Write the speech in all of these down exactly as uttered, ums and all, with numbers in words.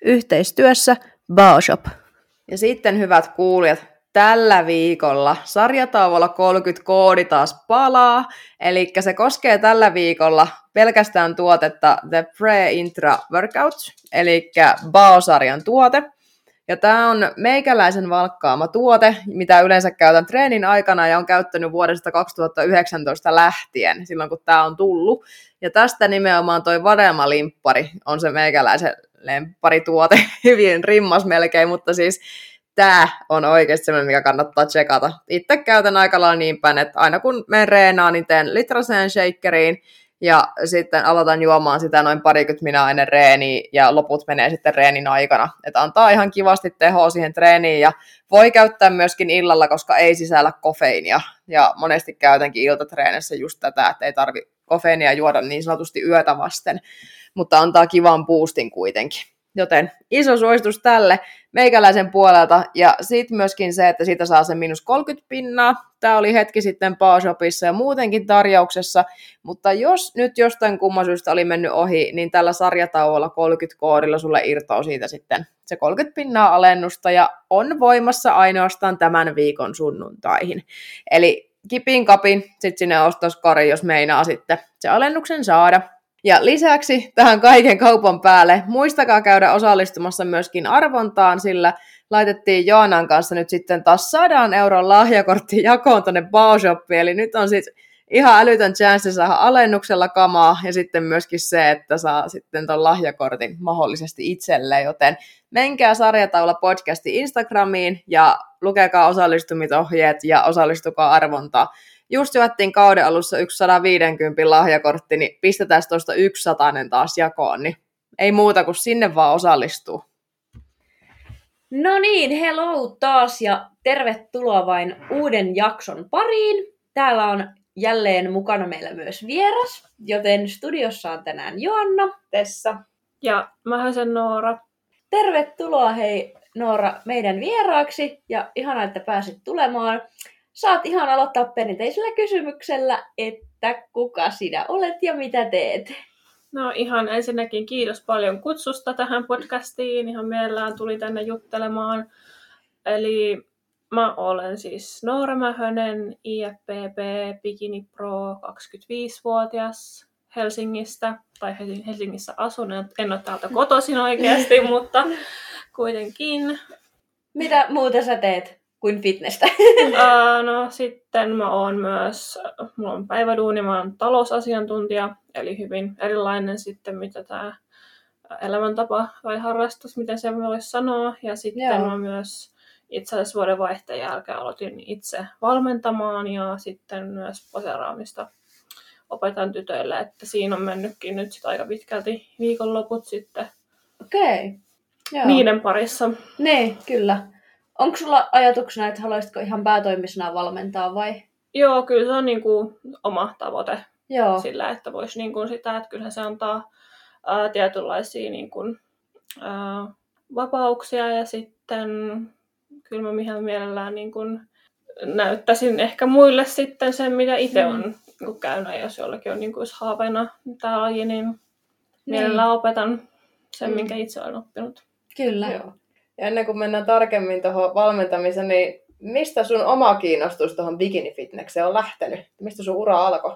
yhteistyössä Baoshop. Ja sitten hyvät kuulijat, tällä viikolla sarjatauolla kolmekymmentä koodi taas palaa, eli se koskee tällä viikolla pelkästään tuotetta The Pre-Intra Workouts, eli Bao-sarjan tuote. Ja tämä on meikäläisen valkkaama tuote, mitä yleensä käytän treenin aikana ja on käyttänyt vuodesta kaksituhattayhdeksäntoista lähtien, silloin kun tämä on tullut. Ja tästä nimenomaan toi vadelmalimppari on se meikäläisen lempparituote, hyvin rimmas melkein, mutta siis tämä on oikeasti sellainen, mikä kannattaa tsekata. Itse käytän aika lailla niin päin, että aina kun menen reenaan, niin teen litraseen shakeriin ja sitten aloitan juomaan sitä noin parikymmentä minaa ennen reeniä ja loput menee sitten reenin aikana. Että antaa ihan kivasti tehoa siihen treeniin ja voi käyttää myöskin illalla, koska ei sisällä kofeiinia. Ja monesti käytänkin iltatreenissä just tätä, että ei tarvitse kofeiinia juoda niin sanotusti yötä vasten, mutta antaa kivan boostin kuitenkin. Joten iso suositus tälle meikäläisen puolelta. Ja sitten myöskin se, että siitä saa sen miinus kolmekymmentä pinnaa. Tämä oli hetki sitten Baoshopissa ja muutenkin tarjouksessa. Mutta jos nyt jostain kumman syystä oli mennyt ohi, niin tällä sarjatauolla kolmekymmentä koodilla sulle irtoaa siitä sitten se kolmekymmentä pinnaa alennusta. Ja on voimassa ainoastaan tämän viikon sunnuntaihin. Eli kipin kapin sitten sinne ostoskoriin, jos meinaa sitten se alennuksen saada. Ja lisäksi tähän kaiken kaupan päälle muistakaa käydä osallistumassa myöskin arvontaan, sillä laitettiin Joanan kanssa nyt sitten taas sadan euron lahjakortti jakoon tuonne Baoshopiin, eli nyt on sitten ihan älytön chance saada alennuksella kamaa ja sitten myöskin se, että saa sitten ton lahjakortin mahdollisesti itselleen, joten menkää Sarjataula podcastin Instagramiin ja lukekaa osallistumitohjeet ja osallistukaa arvontaan. Just jaettiin kauden alussa yksi sata viisikymmentä lahjakortti, niin pistetään tuosta yksi satanen taas jakoon, niin ei muuta kuin sinne vaan osallistuu. No niin, hello taas ja tervetuloa vain uuden jakson pariin. Täällä on jälleen mukana meillä myös vieras, joten studiossa on tänään Joanna, Tessa ja Mähäsen Noora. Tervetuloa hei Noora meidän vieraaksi ja ihanaa, että pääsit tulemaan. Saat ihan aloittaa perinteisellä kysymyksellä, että kuka sinä olet ja mitä teet? No ihan ensinnäkin kiitos paljon kutsusta tähän podcastiin. Ihan mielellään tuli tänne juttelemaan. Eli mä olen siis Noora Mähönen, I F B B, Bikini Pro, kaksikymmentäviisivuotias Helsingistä. Tai Helsingissä asun, en ole täältä kotoisin oikeasti, mutta kuitenkin. Mitä muuta sä teet kuin fitnessä? Uh, no sitten mä oon myös, mulla on päiväduuni, mä oon talousasiantuntija, eli hyvin erilainen sitten, mitä tää elämäntapa tai harrastus, miten se voisi sanoa. Ja sitten Joo. mä myös itse asiassa vuodenvaihteen jälkeen aloitin itse valmentamaan ja sitten myös poseeraamista opetan tytöille, että siinä on mennytkin nyt sit aika pitkälti viikonloput sitten Okei. Joo. niiden parissa. Niin, kyllä. Onko sulla ajatuksena, että haluaisitko ihan päätoimisena valmentaa vai? Joo, kyllä se on niin kuin oma tavoite. Joo. Sillä, että voisi niin kuin sitä, että kyllähän se antaa ää, tietynlaisia niin kuin, ää, vapauksia ja sitten kyllä mä ihan mielellään niin kuin näyttäisin ehkä muille sitten sen, mitä itse on mm. niin käynyt. Jos jollakin on niin kuin haaveena tämä laji, niin, niin mielellään opetan sen, mm. minkä itse olen oppinut. Kyllä. Joo. Ja ennen kuin mennään tarkemmin tuohon valmentamiseen, niin mistä sun oma kiinnostus tuohon bikinifitnekseen on lähtenyt? Mistä sun ura alkoi?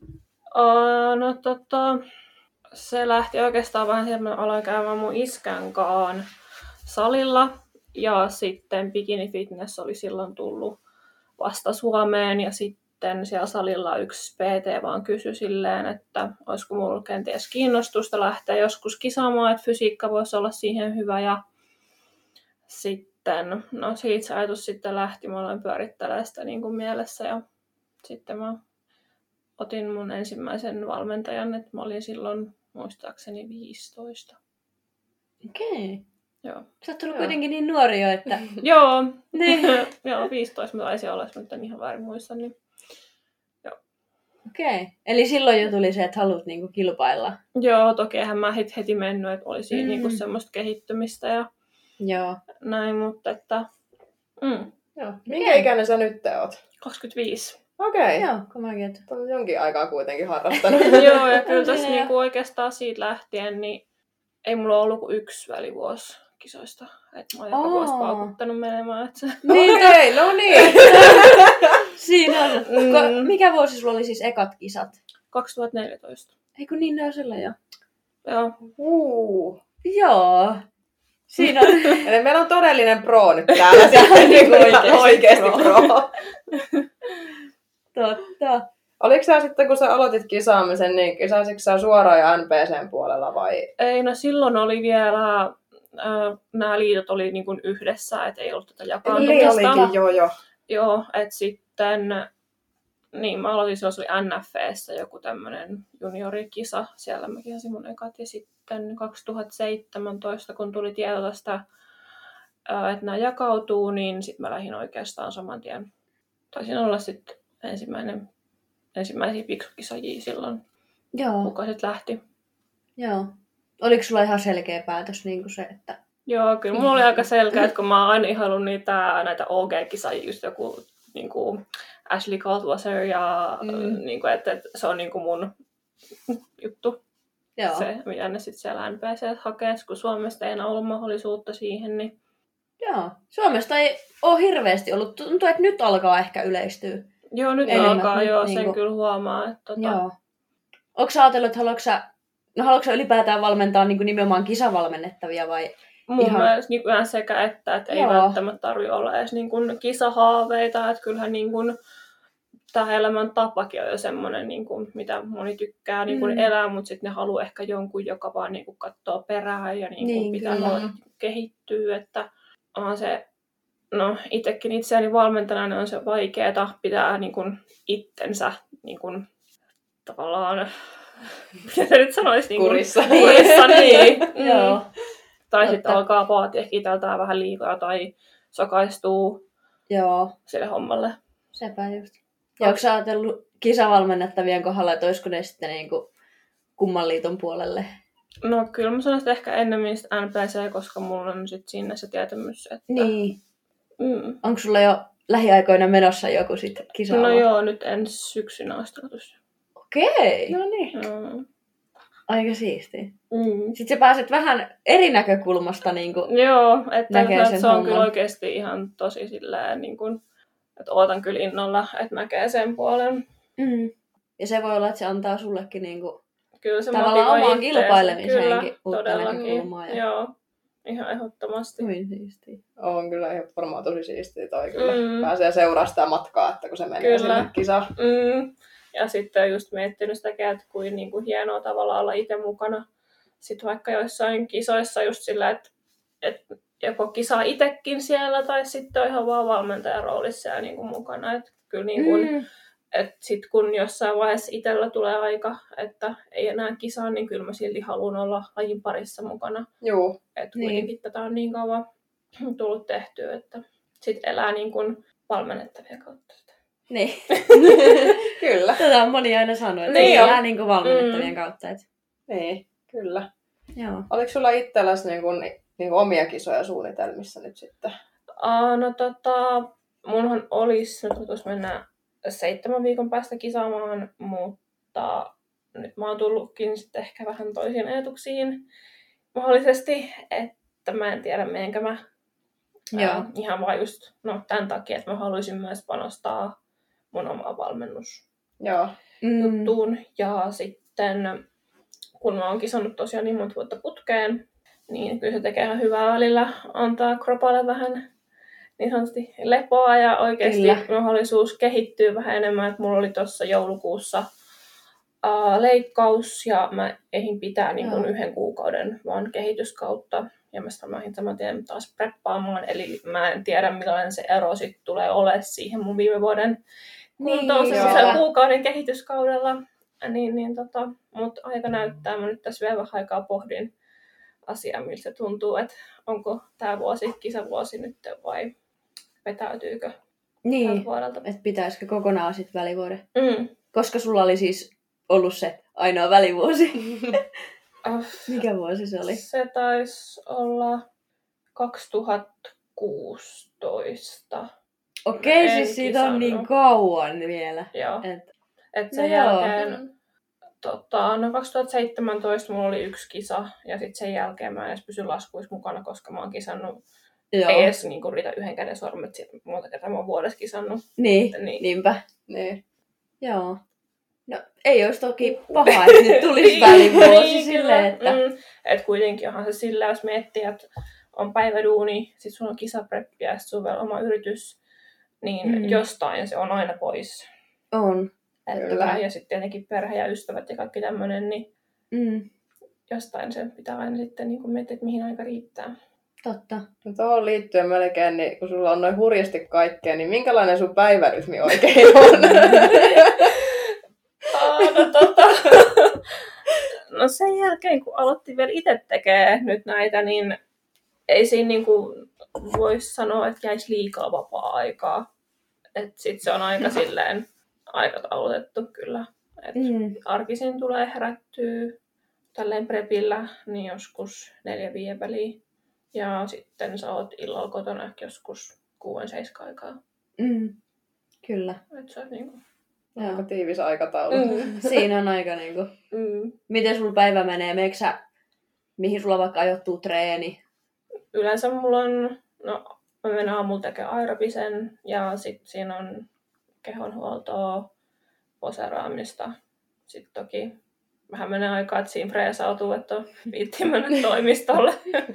Uh, no tota, se lähti oikeastaan vähän sieltä, mä aloin käymään mun iskän kaan salilla. Ja sitten bikinifitness oli silloin tullut vasta Suomeen. Ja sitten siellä salilla yksi P T vaan kysyi silleen, että olisiko mulla kenties kiinnostusta lähteä joskus kisaamaan, että fysiikka voisi olla siihen hyvä. Ja sitten, no siitä se ajatus sitten lähti, mä aloin pyörittelemään sitä niin kuin mielessä ja sitten mä otin mun ensimmäisen valmentajan, että mä olin silloin muistaakseni viisitoista. Okei. Joo. Sä oot tullut kuitenkin niin nuori jo, että... Joo. Niin. Joo, viisitoista mä taisin olla, jos mä nyt en ihan väärin muista, niin joo. Okei. Eli silloin jo tuli se, että haluat niinku kilpailla. Joo, toki eihän mä heti, heti mennyt, että oli siinä mm. niinku semmoista kehittymistä ja Joo. näin, mutta että... Mm. Joo. Minkä okay. ikäinen sä nyt oot? kaksikymmentäviisi. Okei. Okay. Joo, kun mäkin. On jonkin aikaa kuitenkin harrastanut. Joo, ja kyllä tässä niinku oikeastaan siitä lähtien, niin ei mulla ollut kuin yksi välivuosi kisoista. Että mä oon joka vuosi paukuttanut menemään. Että se... Niin, okei, no niin. Siinä on. Mm. Mikä vuosi sulla oli siis ekat kisat? kaksituhattaneljätoista. Eikö niin ne on sillä jo? Joo. Uh. Joo. Siinä on. Eli meillä on todellinen pro nyt täällä. Sitten niin Oikeesti oikeasti pro. pro. Totta. Oliko sä sitten, kun sä aloitit kisaamisen, niin kisasitko sä suoraan jo N P C:n puolella vai? Ei, no silloin oli vielä, äh, nämä liitot oli niin kuin yhdessä, et ei ollut tätä jakaantumista. Olikin, joo joo. Joo, että sitten, niin mä aloitin silloin, se oli N F C:ssä joku tämmöinen juniorikisa, siellä mä kisasin mun ekat, ja sitten kaksituhattaseitsemäntoista, kun tuli tieto tästä, äh, että nämä jakautuu, niin sitten mä lähdin oikeastaan saman tien. Taisin olla sitten ensimmäinen, ensimmäisiä piksukisajia silloin, Joo. kuka sitten lähti. Joo. Oliko sulla ihan selkeä päätös niin kuin se, että... Joo, kyllä mulla oli aika selkeä, että kun mä oon aina ihaillut niitä, näitä O G-kisajia, just joku niin kuin Ashley Caldwasser, ja Mm. niin kuin, että, että se on niin kuin mun juttu, Joo. se, mitä ne sitten siellä N P C hakee, kun Suomesta ei enää ollut mahdollisuutta siihen, niin Joo. Suomesta ei ole hirveästi ollut. Tuntuu, että nyt alkaa ehkä yleistyä. joo, nyt Enemmän, alkaa, nyt joo, niinku- sen kyllä huomaa, että tota, Joo. Onko sä ajatellut, että haluatko sä, no haluatko sä ylipäätään valmentaa niin kuin nimenomaan kisavalmennettavia vai? mun Ihan- mielestä niin ihan sekä että, että ei Joo. välttämättä tarvitse olla edes niin kuin kisahaaveita, että kyllähän niin kuin tämä elämäntapakin on jo semmoinen, niin kuin, mitä moni tykkää niin kuin Mm. elää, mutta sitten ne haluaa ehkä jonkun, joka vaan niin kuin katsoo perään ja niin kuin Niin, pitää kyllä. olla, kehittyä, että on se, no itsekin itseäni valmentajana on se vaikeeta pitää niin kuin itsensä niin kuin, tavallaan, mitä se nyt sanoisi, niin kuin, Kurissa. kurissa, niin. Mm. Joo. Tai sitten Totta. alkaa vaatia ehkä itseltään vähän liikaa tai sokaistuu Joo. sille hommalle. Sepä just. Ja onko sä ajatellut kisavalmennettavien kohdalla, että olisiko ne sitten niin kuin kumman liiton puolelle? No kyllä mä sanoisin, että ehkä ennemmin sit N P C, koska mulla on sit siinä se tietämys, että... Niin. Mm. Onko sulla jo lähiaikoina menossa joku sit kisa? No joo, nyt ensi syksynä on status. Okei. No niin. Mm. Aika siistiä. Mm. Sitten sä pääset vähän eri näkökulmasta niin kuin... Joo, että, Näkee että sen se on homman. kyllä oikeasti ihan tosi silleen, niin kuin, että ootan kyllä innolla, että näkee sen puolen. Mm. Ja se voi olla, että se antaa sullekin niin kuin Kyllä se tavallaan motivoi omaan itteensä. kilpailemiseenkin Kyllä, uutta todellakin. näkökulmaa. Ja... Joo, ihan ehdottomasti. Hyvin siistiä. On kyllä ihan varmaan tosi siistiä toi kyllä. Mm. Pääsee seuraamaan sitä matkaa, että kun se menee Kyllä. sinne kisaan. Mm. Ja sitten on just miettinyt sitä, että kuin, niin kuin hienoa tavalla olla itse mukana. Sitten vaikka joissain kisoissa just sillä, että, että joko kisaa itsekin siellä tai sitten on ihan vaan valmentajan roolissa ja niin kuin mukana. Että kyllä niin kuin, Mm. että sitten kun jossain vaiheessa itsellä tulee aika, että ei enää kisaa, niin kyllä mä silti haluan olla lajin parissa mukana. Juu. Että Niin. kuitenkin tätä on niin kauan tullut tehtyä, että sitten elää niin kuin valmennettavia kautta sitä. Niin. Kyllä. Tätä on moni aina sanonut, että Niin niin on. elää niin kuin valmennettavien Mm. kautta. Että... Niin, kyllä. Joo. Oliko sulla itselläsi niin kuin, niin kuin omia kisoja suunnitelmissa nyt sitten? Aa, no tota, munhan olisi, nyt tuossa mennään seitsemän viikon päästä kisaamaan, mutta nyt mä oon tullutkin sitten ehkä vähän toisiin ajatuksiin mahdollisesti, että mä en tiedä menenkö mä. Joo. Ää, ihan vaan just no, tämän takia, että mä haluaisin myös panostaa mun omaan valmennusjuttuun. Mm. Ja sitten kun mä oon kisannut tosiaan niin monta vuotta putkeen, niin kyllä se tekee ihan hyvää välillä antaa kropalle vähän niin sanotusti lepoa ja oikeasti Kyllä. mahdollisuus kehittyä vähän enemmän. Että mulla oli tuossa joulukuussa ää, leikkaus ja mä ehdin pitää niin kuin Joo. yhden kuukauden vaan kehityskautta. Ja mä sanoin saman tien taas preppaamaan. Eli mä en tiedä millainen se ero sitten tulee olemaan siihen mun viime vuoden kuntoon Niin, semmoisella joo. kuukauden kehityskaudella. Niin, niin tota, mutta aika näyttää. Mä nyt tässä vielä vähän aikaa pohdin asiaa, miltä se tuntuu, että onko tämä vuosi kisavuosi nyt vai vetäytyykö Niin, tältä vuodelta. että pitäisikö kokonaan sitten välivuoden. Mm. Koska sulla oli siis ollut se ainoa välivuosi. Oh, Mikä vuosi se oli? se taisi olla kaksituhattakuusitoista. Okei, En siis siitä on kisannut. niin kauan vielä. Joo. Et, Et no sen joo. jälkeen Tota, no kaksituhattaseitsemäntoista mulla oli yksi kisa ja sitten sen jälkeen mä en edes pysy laskuissa mukana, koska mä oon kisannut. Joo. Ei edes niinku riitä yhden käden sormet, siitä monta kertaa mä oon vuodessa kisannut. Niin, niin. niinpä. Niin. Joo. No ei olisi toki paha, että nyt tulisi välivuosi niin, silleen, että... Mm, et kuitenkin onhan se sillä, jos miettii, että on päiväduuni, sit sulla on kisapreppi ja sit sulla on oma yritys, niin mm. jostain se on aina pois. On. Että, ja sitten tietenkin perhe ja ystävät ja kaikki tämmöinen, niin mm. jostain se pitää aina sitten niin miettiä, että mihin aika riittää. Totta. No tuohon liittyen melkein, niin kun sulla on noin hurjasti kaikkea, niin minkälainen sun päivärytmi oikein on? Aa, no tota. No sen jälkeen, kun aloitti vielä itse tekemään nyt näitä, niin ei siinä niinku voisi sanoa, että jäisi liikaa vapaa-aikaa. Että sit se on aika silleen aikataulutettu kyllä. Et mm. arkisin tulee herättyä tälleen prepillä, niin joskus neljä viiden väliin. Ja sitten sä oot illalla kotona ehkä joskus kuuden seiskan aikaa. Mm. Kyllä. Et se on niinku... Aika tiivis aikataulu. Mm. Siinä on aika niinku... Mm. Miten sulla päivä menee? Meneekö sä, mihin sulla vaikka ajoittuu treeni? Yleensä mulla on... No, mä menen aamulla tekemään aerobisen ja sit siinä on kehonhuoltoa, poseraamista. Sitten toki vähän menee aikaa, että siinä freesautuu, että on viitti mennä toimistolle.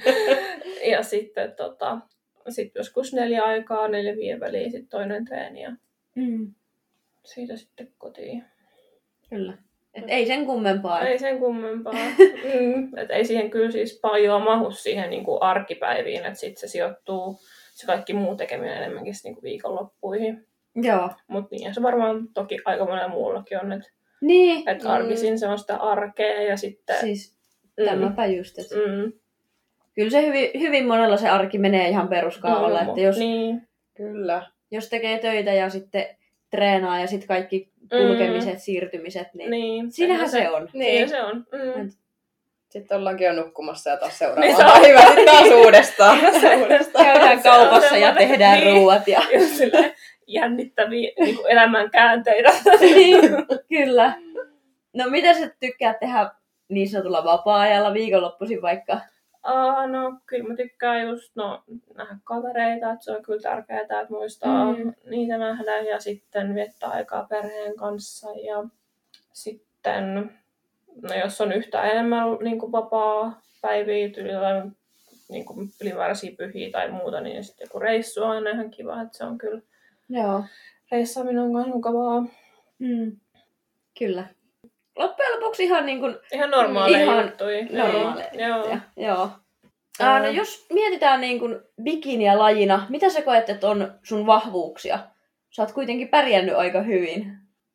Ja sitten tota, sit joskus neljä aikaa, neljä viiden väliin sit toinen treeni ja mm. siitä sitten kotiin. Kyllä. Et ei sen kummempaa. Ei sen kummempaa. mm. Et ei siihen kyllä siis paljon mahu siihen niin kuin arkipäiviin, että sitten se sijoittuu se kaikki muu tekeminen enemmänkin niin kuin viikonloppuihin. Joo. Mutta niin se varmaan toki aika monella muullakin on, että niin. et arkisin mm. se on sitä arkea ja sitten... Siis tämäpä mm. just, että mm. kyllä se hyvin, hyvin monella se arki menee ihan peruskaavalla, mm. että jos, niin. Kyllä. jos tekee töitä ja sitten treenaa ja sitten kaikki kulkemiset, mm. siirtymiset, niin, niin. siinähän se, se on. Niin se on. Mm. Sitten ollaankin jo nukkumassa ja taas seuraavaan päivään. Sitten taas uudestaan. uudestaan. Käydään kaupassa ja tehdään niin. ruuat. Ja... jännittäviä niin kuin elämän käänteitä. Niin, kyllä. No mitä sä tykkäät tehdä niin sanotulla vapaa-ajalla viikonloppuisin vaikka? Uh, no kyllä mä tykkään just no, nähdä kavereita, että se on kyllä tärkeää, että muistaa mm. niitä nähdä ja sitten viettää aikaa perheen kanssa ja sitten no jos on yhtään enemmän niin kuin vapaa-päiviä, jotain niin kuin ylimääräisiä pyhiä tai muuta, niin sitten joku reissu on aina ihan kiva, että se on kyllä. Joo. Reissaaminen on myös mukavaa. Mm. Kyllä. Loppujen lopuksi ihan niin kuin... Ihan normaaleja ihan juttuja. Normaaleja niin. Joo. Joo. Äh, no jos mietitään niin kuin bikiniä lajina, mitä sä koet, että on sun vahvuuksia? Sä oot kuitenkin pärjännyt aika hyvin.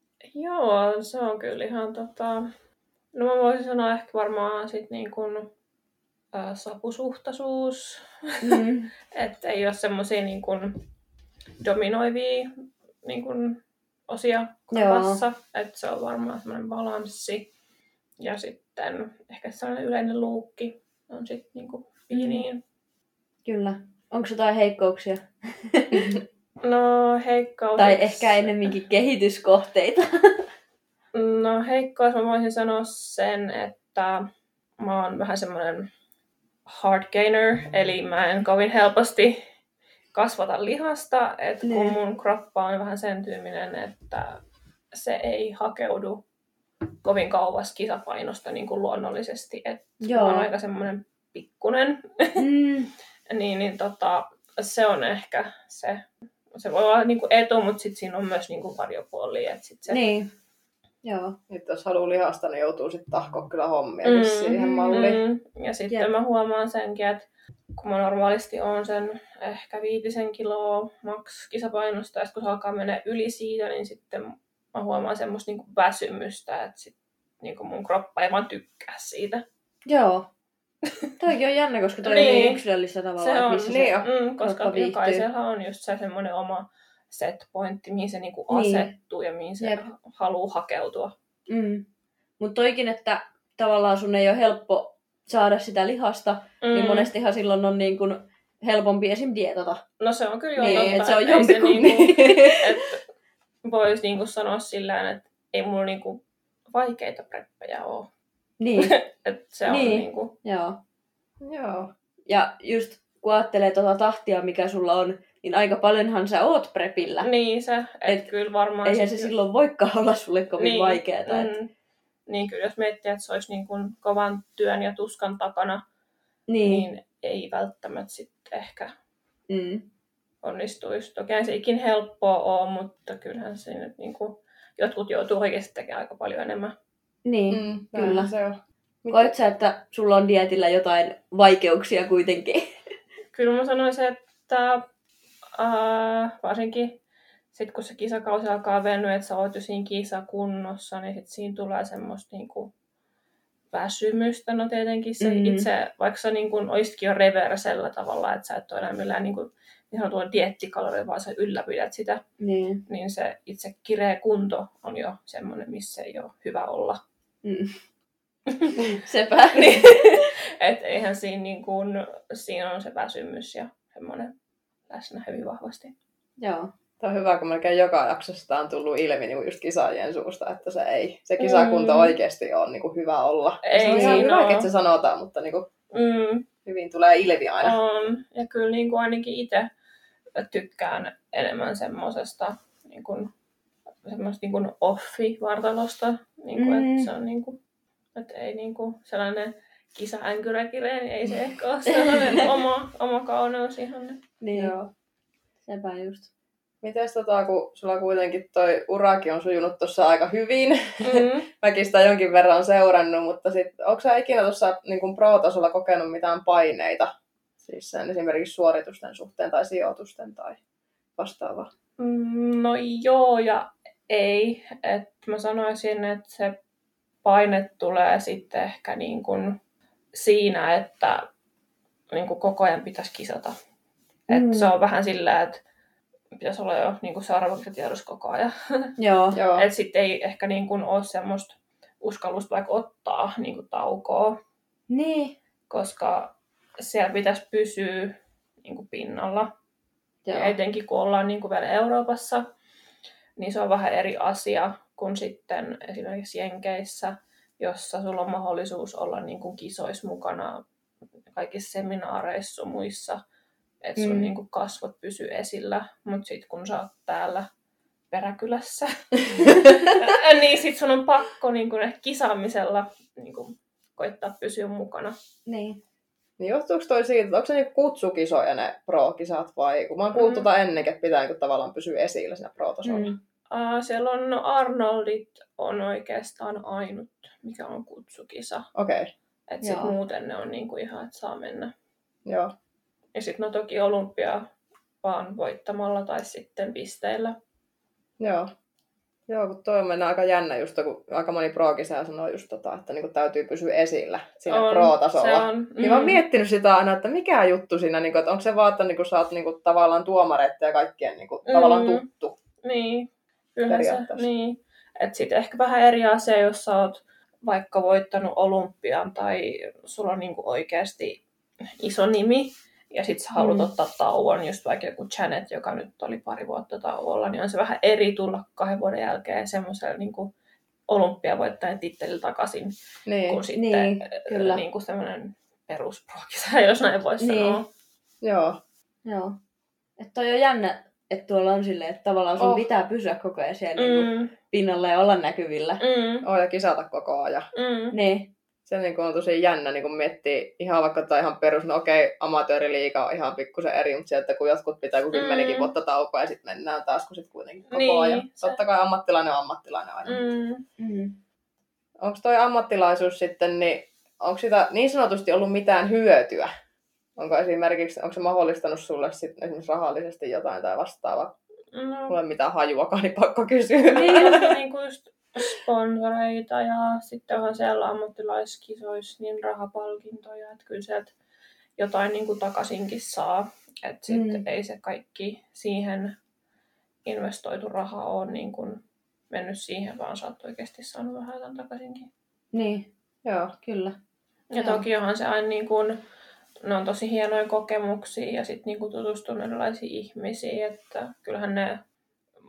Joo, se on kyllä ihan tota... No mä voisin sanoa ehkä varmaan sit niin kuin äh, sapusuhtaisuus. Mm. Että ei ole semmosia niin kuin dominoivia niin kuin osia kropassa. Että se on varmaan semmoinen balanssi. Ja sitten ehkä sellainen yleinen luukki on sitten niin kuin piiniin. Kyllä. Onko jotain heikkouksia? No heikkous... Tai ehkä ennemminkin kehityskohteita. No heikkous mä voisin sanoa sen, että mä oon vähän semmoinen hard gainer, eli mä en kovin helposti kasvata lihasta, että kun mun kroppa on vähän sen tyyminen, että se ei hakeudu kovin kauas kisapainosta niin kuin luonnollisesti, että mä oon aika semmoinen pikkunen, mm. niin, niin tota, se on ehkä se, se voi olla niin kuin etu, mutta sitten siinä on myös niin kuin varjopuolia, että sit se... Niin. Joo. Että jos haluaa lihasta, niin joutuu sitten tahkoa kyllä hommia mm, siihen malliin. Mm. Ja sitten yep. mä huomaan senkin, että kun mä normaalisti on sen ehkä viitisen kiloa maks kisapainosta, ja kun se alkaa mennä yli siitä, niin sitten mä huomaan semmoista niinku väsymystä, että sit niinku mun kroppa ei vaan tykkää siitä. Joo. Toikin on jännä, koska toi niin. on yksilöllistä tavallaan, se on, missä niin, se mm, koska jokaisella on just se semmoinen oma set pointti, mihin se niinku niin. asettuu ja mihin se Jep. haluaa hakeutua. Mm. Mutta toikin, että tavallaan sun ei ole helppo saada sitä lihasta, mm. niin monestihan silloin on niin kuin helpompi esim. Dietata. No se on kyllä jo niin, totta. Että se on jompikumpi. Niinku, että voisi niinku sanoa sillä että ei mulla niinku vaikeita preppejä ole. Niin, Et se on Niin. niinku... joo. Joo. Ja just kun ajattelee tuota tahtia, mikä sulla on, niin aika paljonhan sä oot prepillä. Niin se, että Et et kyllä varmaan... Eihän se sit- silloin voikaan olla sulle kovin niin, vaikeeta. Et... Mm, niin kyllä jos miettii, että se olisi niin kuin kovan työn ja tuskan takana, Niin. niin ei välttämättä sitten ehkä Mm. onnistuisi. Toki ei se ikin helppoa ole, mutta kyllähän se nyt niin kuin, jotkut joutuu oikeasti tekemään aika paljon enemmän. Niin, Mm, kyllä. näinhän se on. Koet sä, että sulla on dietillä jotain vaikeuksia kuitenkin? Kyllä mä sanoisin, että äh, varsinkin sit kun se kisakausi alkaa venyä, että sä oot jo siinä kisakunnossa, niin sit siinä tulee semmoista niinku väsymystä. No tietenkin se Mm. itse, vaikka sä niin kun oisitkin jo reversellä tavalla, että sä et ole enää millään niin kuin, niin sanotulla dieettikalorilla, vaan sä ylläpidät sitä, Niin. niin se itse kireä kunto on jo semmoinen, missä ei ole hyvä olla. Mm. Sepä. Niin. Et eihän siinä, niin kun, siinä on se väsymys ja semmoinen läsnä hyvin vahvasti. Joo. Tämä on hyvä, kun melkein joka jaksosta on tullut ilmi niin just kisaajien suusta, että se, ei, se kisakunto Mm. oikeasti on niin kuin hyvä olla. Ei se on ihan siinä hyvä, oo. että se sanotaan, mutta niin kuin Mm, hyvin tulee ilmi aina. on. Ja kyllä niin kuin ainakin itse tykkään enemmän semmosesta niin kuin, semmoista niin kuin offi-vartalosta. Niin kuin, Mm. että se on niin kuin, että ei niin kuin sellainen kisa-änkyräkireen, niin ei se ehkä ole sellainen oma, oma kauneus ihan. Niin. Joo. Sepä just. Mites tota, kun sulla kuitenkin toi urakin on sujunut tuossa aika hyvin, Mm. mäkin sitä jonkin verran seurannut, mutta sit, onko sä ikinä tuossa niin pro-tasolla kokenut mitään paineita? Siis sen esimerkiksi suoritusten suhteen tai sijoitusten tai vastaavaa? Mm, No joo ja ei. Et mä sanoisin, että se paine tulee sitten ehkä niin kuin siinä, että niin kuin koko ajan pitäisi kisata. Mm. Et se on vähän sillä, että pitäisi olla jo niin kuin seuraavaksi tiedossa koko ajan. Joo. Joo. Et sitten ei ehkä niin kuin ole semmoista uskallusta vaikka ottaa niin kuin taukoa, Niin. koska siellä pitäisi pysyä niin kuin pinnalla. Joo. Ja etenkin kun ollaan niin kuin vielä Euroopassa, niin se on vähän eri asia kuin sitten esimerkiksi Jenkeissä, jossa sulla on mahdollisuus olla niin kuin kisoissa mukana kaikissa seminaareissa ja muissa, että sun Mm. niin kuin kasvot pysyy esillä. Mutta sitten kun sä oot täällä peräkylässä, niin sit sun on pakko niin kuin ehkä kisaamisella niin kuin koittaa pysyä mukana. Niin. Niin johtuuko toi siitä, että onko se niinku kutsukisoja ne pro-kisat vai? Kun mä oon kuullut Mm. tota ennenkin, että pitää niinku tavallaan pysyä esillä siinä pro-tasolla. Mm. Uh, siellä on Arnoldit on oikeastaan ainut, mikä on kutsukisa. Okei, okay. Et sit Joo. muuten ne on niinku ihan, että saa mennä. Joo. Ja sitten no toki olympia vaan voittamalla tai sitten pisteillä. Joo. Joo, kun toi on mennä aika jännä just, kun aika moni pro-kisaaja sanoo just tota, että niinku täytyy pysyä esillä siinä On, pro-tasolla. se on. Niin mä oon miettinyt sitä aina, että mikä juttu siinä, niinku, että onko se vaan, että niinku, sä oot niinku, tavallaan tuomareiden ja kaikkien niinku, Mm. tavallaan tuttu. Niin, kyllähän se. Periaatteessa. Niin. Et sit ehkä vähän eri asia, jos sä oot vaikka voittanut olympian tai sulla on niinku oikeasti iso nimi. Ja sit sä haluat Mm. ottaa tauon, just vaikka joku Janet, joka nyt oli pari vuotta tauolla, niin on se vähän eri tulla kahden vuoden jälkeen semmoisella niin olympiavoittajan tittelillä takaisin, Niin. kun sitten Niin, kyllä. niin kuin semmoinen perusprokisa, jos näin voisi Niin. sanoa. Joo. Joo. Että toi on jännä, että tuolla on silleen, että tavallaan sun Oh. pitää pysyä koko ajan siellä niinku Mm, pinnalla ja olla näkyvillä. mm, Oo, ja kisata koko ajan. mm, Niin. Se niin on tosi jännä niin kun miettii ihan vaikka tai ihan perus, no okei, amatööriliiga on ihan pikkusen eri, mutta sieltä kun jotkut pitää kuin kymmenikin Mm. vuotta taukoa ja sitten mennään taas, kun sitten kuitenkin koko Niin, ajan. se- Totta kai ammattilainen on ammattilainen aina. mm. Mm. Onko toi ammattilaisuus sitten, niin onko sitä niin sanotusti ollut mitään hyötyä? Onko esimerkiksi, onko se mahdollistanut sulle sitten esimerkiksi rahallisesti jotain tai vastaavaa? No, Mulla ei ole mitään hajuakaan, niin pakko kysyä. niin, on niin kuin just sponsoreita ja sitten onhan siellä ammattilaiskisoissa niin rahapalkintoja, että kyllä sieltä jotain niin kuin takaisinkin saa. Että sitten Mm. ei se kaikki siihen investoitu raha ole niin kuin mennyt siihen, vaan sä oot oikeasti saanut vähän jotain takaisinkin. Niin, Joo. kyllä. Ja Joo. toki onhan se aina niin kuin, ne on tosi hienoja kokemuksia ja sitten niin kuin tutustunut erilaisiin ihmisiin, että kyllähän ne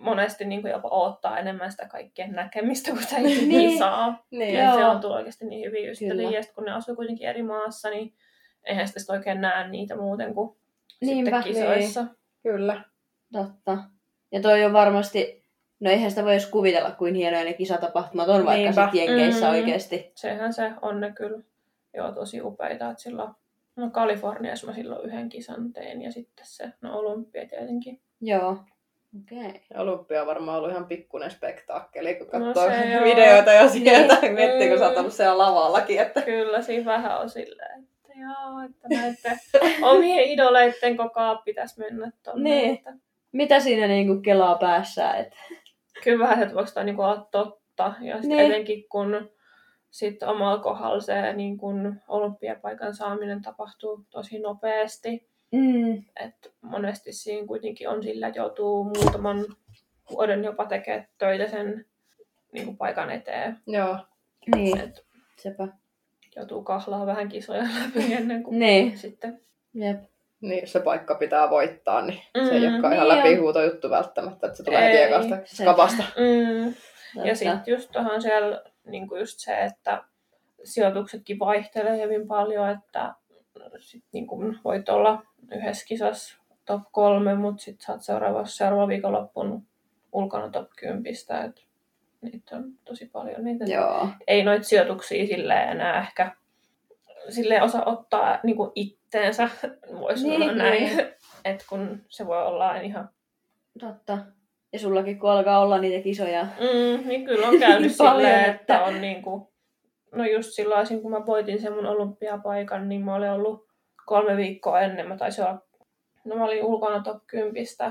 monesti niin kuin jopa odottaa enemmän sitä kaikkien näkemistä, kun sitä itse Niin. saa. Niin. Ja se Joo. on tullut oikeasti niin hyviä ystäviä. Ja sitten kun ne asuu kuitenkin eri maassa, niin eihän sitä sit oikein näe niitä muuten kuin Niinpä, sitten kisoissa. Kyllä. Totta. Ja toi on varmasti, no eihän sitä voi edes kuvitella, kuin hienoja ne kisatapahtumat on vaikka Niinpä. sit Jenkeissä Mm. oikeesti. Sehän se on ne kyllä joo, tosi upeita. Että silloin, no Kaliforniassa mä silloin yhden kisan tein ja sitten se, no Olympia tietenkin. Joo. Okei. Okay. Olympia on varmaan ollut ihan pikkuinen spektaakkeli, kun No katsoo se joo. videoita jo sieltä. Niin. Miettii, kun sä oot ollut siellä lavallakin. Että... Kyllä, siinä vähän on silleen, että joo, että näiden omien idoleitten kokaan pitäisi mennä tonne. Niin. Että... Mitä siinä niinku kelaa päässä? Et... Kyllä vähän, että voiko tämä niinku olla totta. Ja sitten Niin. etenkin kun sit omalla kohdalla se niin kun olympiapaikan saaminen tapahtuu tosi nopeasti. Mm. Et monesti siinä kuitenkin on sillä, että joutuu muutaman vuoden jopa tekemään töitä sen niin kuin paikan eteen. Joo. Niin. Et Sepä. joutuu kahlaa vähän kisoja läpi ennen kuin Niin. sitten. Jep. Niin, jos se paikka pitää voittaa, niin mm, se ei Mm, olekaan niin ihan on. läpihuuto juttu välttämättä, että se tulee heti Ei. ekasta Se- skapasta. Mm. Totta. Ja sitten just tuohon siellä niin kuin just se, että sijoituksetkin vaihtelee hyvin paljon, että sit niin kuin voit olla yhdessä kisassa top kolme, mutta sitten saat seuraavassa seuraava viikonloppun ulkona top kympistä. Et niitä on tosi paljon. Niitä Joo. ei noita sijoituksia silleen enää ehkä silleen osaa ottaa niin kuin itteensä, voisi Niin, sanoa näin. niin. Että kun se voi olla ihan... Totta. Ja sullakin kun alkaa olla niitä kisoja. Mm, niin kyllä on käynyt Niin paljon, silleen, että että- on niinku... No just silloin, kun mä voitin sen mun olympiapaikan, niin mä olin ollut kolme viikkoa ennen. Mä taisin olla... No mä olin ulkona top kympistä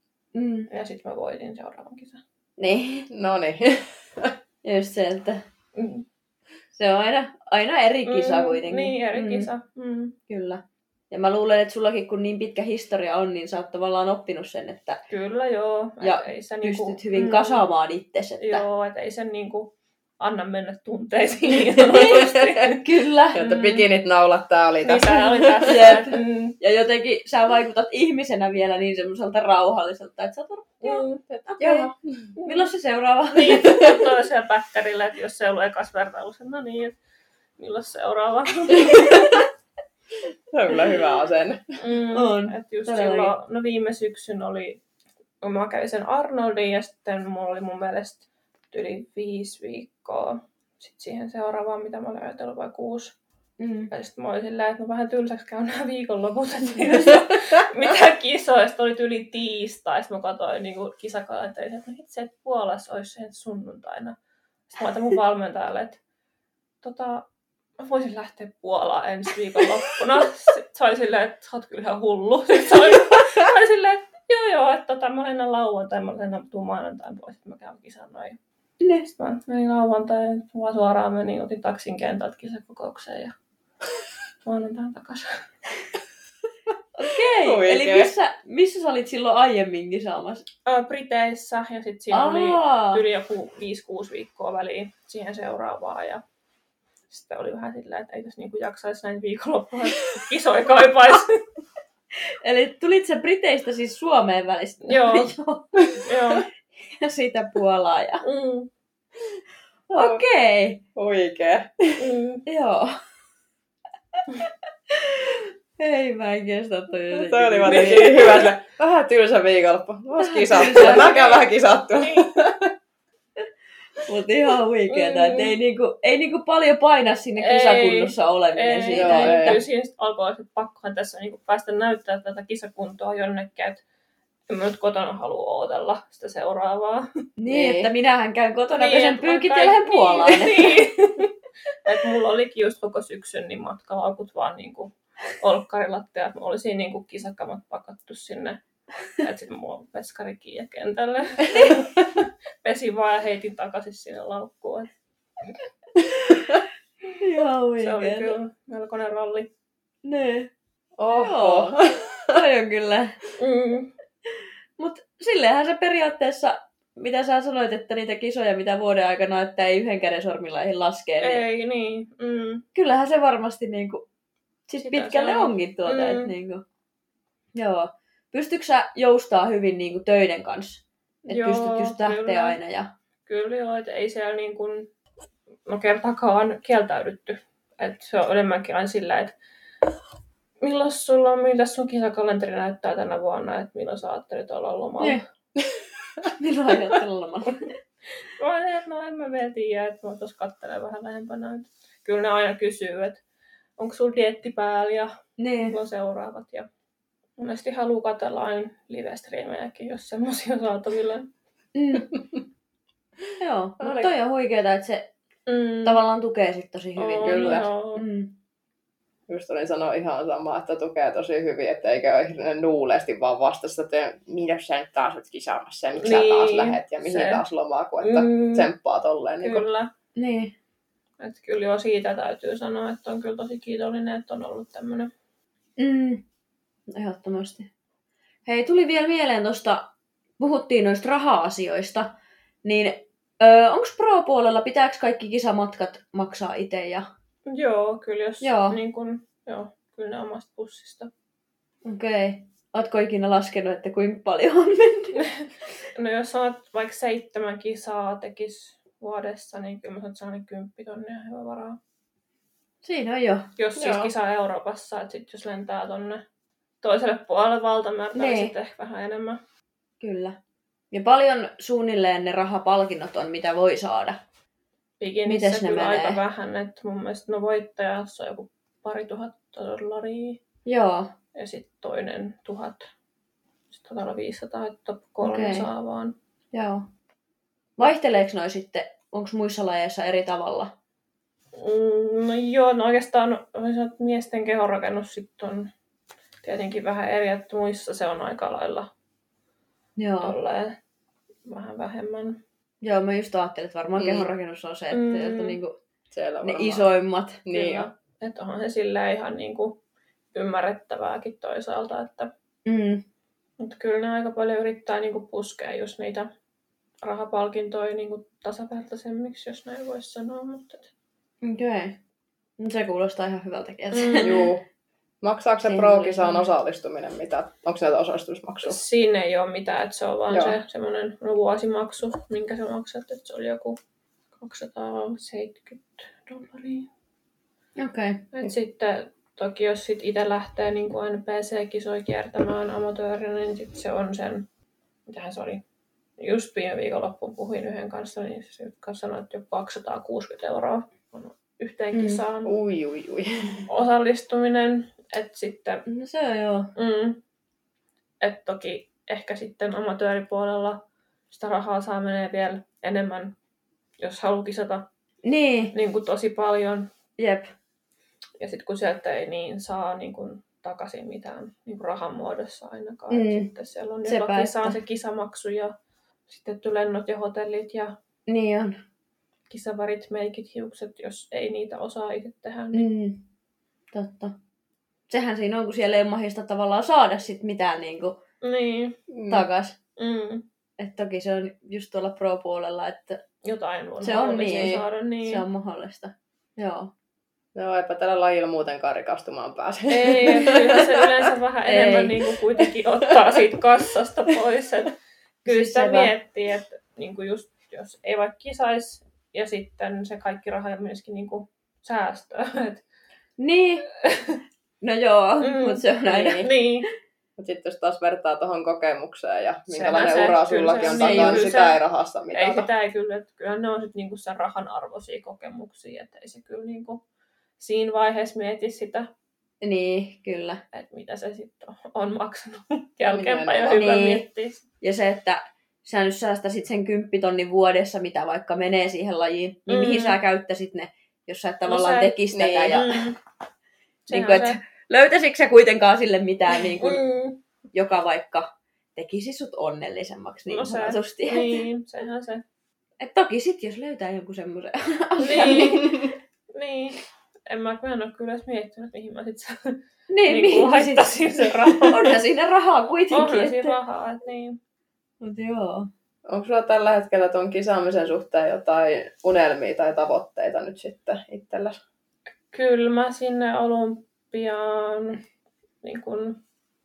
Mm. ja sitten mä voitin seuraavan kisan. Niin. No niin. Ja just se, että Mm. se on aina, aina eri kisa Mm, kuitenkin. Niin, eri Mm. kisa. Mm. Kyllä. Ja mä luulen, että sullakin kun niin pitkä historia on, niin sä oot tavallaan oppinut sen, että Kyllä joo. Ja Et ei se pystyt niinku, hyvin kasaamaan itsesi. Että... Joo, et ei sen niinku anna mennä tunteisiin niin sanotusti. Kyllä. Ja että Mm. bikinit naulat, tää oli Niin tässä. tää oli tässä. Jep. Mm. Ja jotenkin sä vaikutat ihmisenä vielä niin semmoiselta rauhalliselta, että sä oot joo, Mm. okei. Okay. Milloin se seuraava? Niin, katsoi siellä päkkärillä, että jos se ei ollut ekas vertailussa, no niin, että milloin seuraava. Se on kyllä hyvä asenne. Mm. On, Et just todellakin. silloin, no viime syksyn oli, kun mä kävin sen Arnoldin ja sitten mulla oli mun mielestä yli viisi viikkoa sitten siihen seuraavaan, mitä mä olin ajatellut, vai kuusi. Mm. Ja sitten mä olin silleen, että no vähän tylsäksi käy nämä viikonloput, että ei tässä ole mitään kisoja. Sitten oli yli tiistai, sitten mä katsoin niin kisakalenterin, että no itse, että Puolassa olisi sen sunnuntaina. Sitten mä laitan mun valmentajalle, että tota, mä voisin lähteä Puolaan ensi viikonloppuna. Sitten se oli silleen, että sä oot kyllä ihan hullu. Sitten se oli, mä olin silleen, että joo joo, että tota, mä lennän lauantain, mä lennän tuun maanantain pois, että mä käyn kisan noin. Ne. Sitten mä menin lauantain, vaan suoraan menin, otin taksin kentältä kisakokoukseen ja maanantain takaisin. Okei, Oikein. eli missä, missä sä olit silloin aiemmin kisaamassa? Ö, Briteissä ja sitten siinä Aa. oli yli joku viisi kuusi viikkoa väliin siihen seuraavaan. Ja sitten oli vähän silleen, että ei tässä niinku jaksaisi näin viikonloppuna, että kisoja kaipaisi. Eli tulit sä Briteistä siis Suomeen välistä? Joo. Joo. Joo. Ja siitä Puolaa. Ja... Mm, Okei, Oikee. mm. joo. Ei mä en kestä toi jotenkin. Toi oli jotenkin hyvä. Sille, vähän tylsä viikonloppu. Vois kisattua. Mä käyn vähän kisattua. Mut ihan huikeeta, Mm. että ei niinku, ei niinku paljon paina sinne Ei. kisakunnossa oleminen Ei, siitä. joo, että... kyllä siinä sitten alkoi, että pakkohan tässä niinku päästä näyttää tätä kisakuntoa jonnekin, että en mä nyt kotona halua ootella sitä seuraavaa. Niin, Niin. että minähän käyn kotona Niin, pesen et pyykit mä ja lähden käyn- Puolaan. Niin. Et mulla olikin just koko syksyn niin matkalaukut vaan niinku olkkarilattia, että mä olisin niinku kisakamat pakattu sinne. Et sit mulla on veskari kiinni kentälle. Pesin vaan ja heitin takaisin sinne laukkuun. Ihan Se oli huikeeta. kyllä melkoinen ralli. Niin. Oho. Toi on kyllä. Mm. Mut silleenhän se periaatteessa, mitä sä sanoit, että niitä kisoja, mitä vuoden aikana, että ei yhden käden sormilla ei laskee, niin Ei niin. Mm. kyllähän se varmasti niinku, sit Sitä pitkälle se on. onkin tuota, Mm. että niinku, joo. Pystytkö sä joustaa hyvin niinku töiden kanssa? Että pystyt just lähteä kyllä. aina. Ja... Kyllä joo, että ei siellä niin kuin, no kertaakaan kieltäydytty. Että se on enemmänkin aina sillä, että milloin sulla on, miltä sun kisakalenteri näyttää tänä vuonna, että milloin sä ajattelit olla lomalla. Ne. Milloin ajattelit lomalla? Mä olen, että no en mä vielä tiedä, että mä tuossa katselen vähän lähempänä. Kyllä ne aina kysyy, että onko sulla dieetti päällä ja milloin seuraavat. Ja monesti haluaa katsella aina live-striimejäkin, jos semmoisia on saatavilla. Mm. Joo, mutta toi on huikeeta, että se mm. tavallaan tukee sit tosi hyvin. On, kyllä. Mm. Just olin sanoa ihan sama, että tukee tosi hyvin, että eikä ole nuuleesti vaan vastassa, että mitä sä nyt taas olet kisaamassa ja miksi niin, sä taas lähet ja mihin se. Taas lomaa, että mm. tsemppaa tolleen. Kyllä. Niin. Että kyllä jo siitä täytyy sanoa, että on kyllä tosi kiitollinen, että on ollut tämmöinen. Mm. Ehdottomasti. Hei, tuli vielä mieleen tuosta, puhuttiin noista raha-asioista, niin öö, onko pro-puolella, pitääkö kaikki kisamatkat maksaa itse? Ja... Joo, kyllä jos joo. Niin kun, joo, kyllä ne omasta pussista. Okei. Okay. Ootko ikinä laskenut, että kuinka paljon on mennyt? No jos olet vaikka seitsemän kisaa tekis vuodessa, niin kyllä mä sanon, että sellainen kymppitonnia hyvä varaa. Siinä on jo. Jos siis kisaa Euroopassa, että sit jos lentää tonne toiselle puolelle valtamerta, niin sitten ehkä vähän enemmän. Kyllä. Ja paljon suunnilleen ne rahapalkinnot on, mitä voi saada. Bikinissä kyllä menee? Aika vähän, että mun mielestä no voittajassa on joku pari tuhatta dollaria. Joo. Ja sitten toinen tuhat. Sitten on viisisataa, että top kolme okay. saa vaan. Joo. Vaihteleeko noi sitten, onko muissa lajeissa eri tavalla? Mm, no joo, no oikeastaan miesten kehonrakennus sitten on tietenkin vähän eri, että muissa se on aika lailla joo. Tolleen vähän vähemmän. Joo, mä just ajattelin, että varmaan mm. kehonrakennus on se, että mm. on niinku siellä ne isoimmat. Niin. Että onhan se silleen ihan niinku ymmärrettävääkin toisaalta, että mm. mutta kyllä ne aika paljon yrittää niinku puskea just niitä rahapalkintoja niinku tasavertaisemmiksi, jos näin voisi sanoa. Mutta... Okei. Okay. Se kuulostaa ihan hyvältäkin. Mm. Joo. Maksaako se pro-kisaan osallistuminen mitä? Onko se näitä osallistumismaksuja? Siinä ei ole mitään, että se on vaan Joo. se semmoinen vuosimaksu, minkä sä maksat, että se oli joku kaksisataaseitsemänkymmentä dollaria. Okei. Okay. Sitten toki jos sit itse lähtee niin kuin N P C-kisoja kiertämään amatöörinä, niin sit se on sen, mitähän se oli, just viime viikonloppuun puhuin yhden kanssa, niin se sanoi, että joku kaksisataakuusikymmentä euroa on yhteen kisaan mm. ui, ui, ui. osallistuminen. Että sitten, no se on joo. Mm, että toki ehkä sitten amatööripuolella sitä rahaa saa menee vielä enemmän, jos haluaa kisata niin. Niin kuin tosi paljon. Jep. Ja sitten kun sieltä ei niin saa niin kuin takaisin mitään niin kuin rahan muodossa ainakaan. Mm. Sitten siellä on joka kisaan se kisamaksu ja sitten lennot ja hotellit ja niin on. Kisavärit, meikit, hiukset, jos ei niitä osaa itse tehdä. Niin... Mm. Totta. Sehän siinä on, kun siellä ei ole mahdollista tavallaan saada sit mitään niinku niin. takas. Mm. Et toki se on just tuolla pro-puolella, että jotain on se on niin. saada. Niin. Se on mahdollista. Joo. Joo, eipä tällä lajilla muutenkaan rikastumaan pääse. Ei, kyllä se yleensä vähän enemmän niin kuin kuitenkin ottaa siitä kassasta pois. Et kyllä siis sitä miettii, että niin kuin just, jos ei vaikka kisaisi ja sitten se kaikki raha myöskin niin kuin säästöä. Et... Niin. No joo, mm, mutta se on aina. Niin. niin. Mutta sitten jos taas vertaa tuohon kokemukseen ja minkälainen se, ura sullakin on takaa, niin sitä se, ei rahassa mitata. Ei sitä ei kyllä, että kyllä ne on sitten niinku sen rahan arvoisia kokemuksia, että ei se kyllä niinku siinä vaiheessa mieti sitä. Niin, kyllä. Että mitä se sitten on, on maksanut jälkeenpäin ja hyvä niin. miettiä. Ja se, että sä nyt säästäisit sen kymppitonnin vuodessa, mitä vaikka menee siihen lajiin, niin mm. mihin sä käyttäisit ne, jos sä et tavallaan no tekisi tätä. Niin. Ja, mm. niin kuin, että löytäisikö sä kuitenkaan sille mitään, niin kuin, mm. joka vaikka tekisi sut onnellisemmaksi niin no sanotusti. Niin, sehän se. Et toki sit, jos löytää jonkun semmoisen asian, niin. niin. En mä, mä en ole kyllä edes miettinyt, mihin mä sit niin, niin mihin laittaisin sen rahaa. Onhan siinä rahaa kuitenkin. Onhan että... siinä rahaa, et niin. Mut joo. Onko sulla tällä hetkellä tuon kisaamisen suhteen jotain unelmia tai tavoitteita nyt sitten itselläsi? Kyllä mä sinne Olympiaan niin kun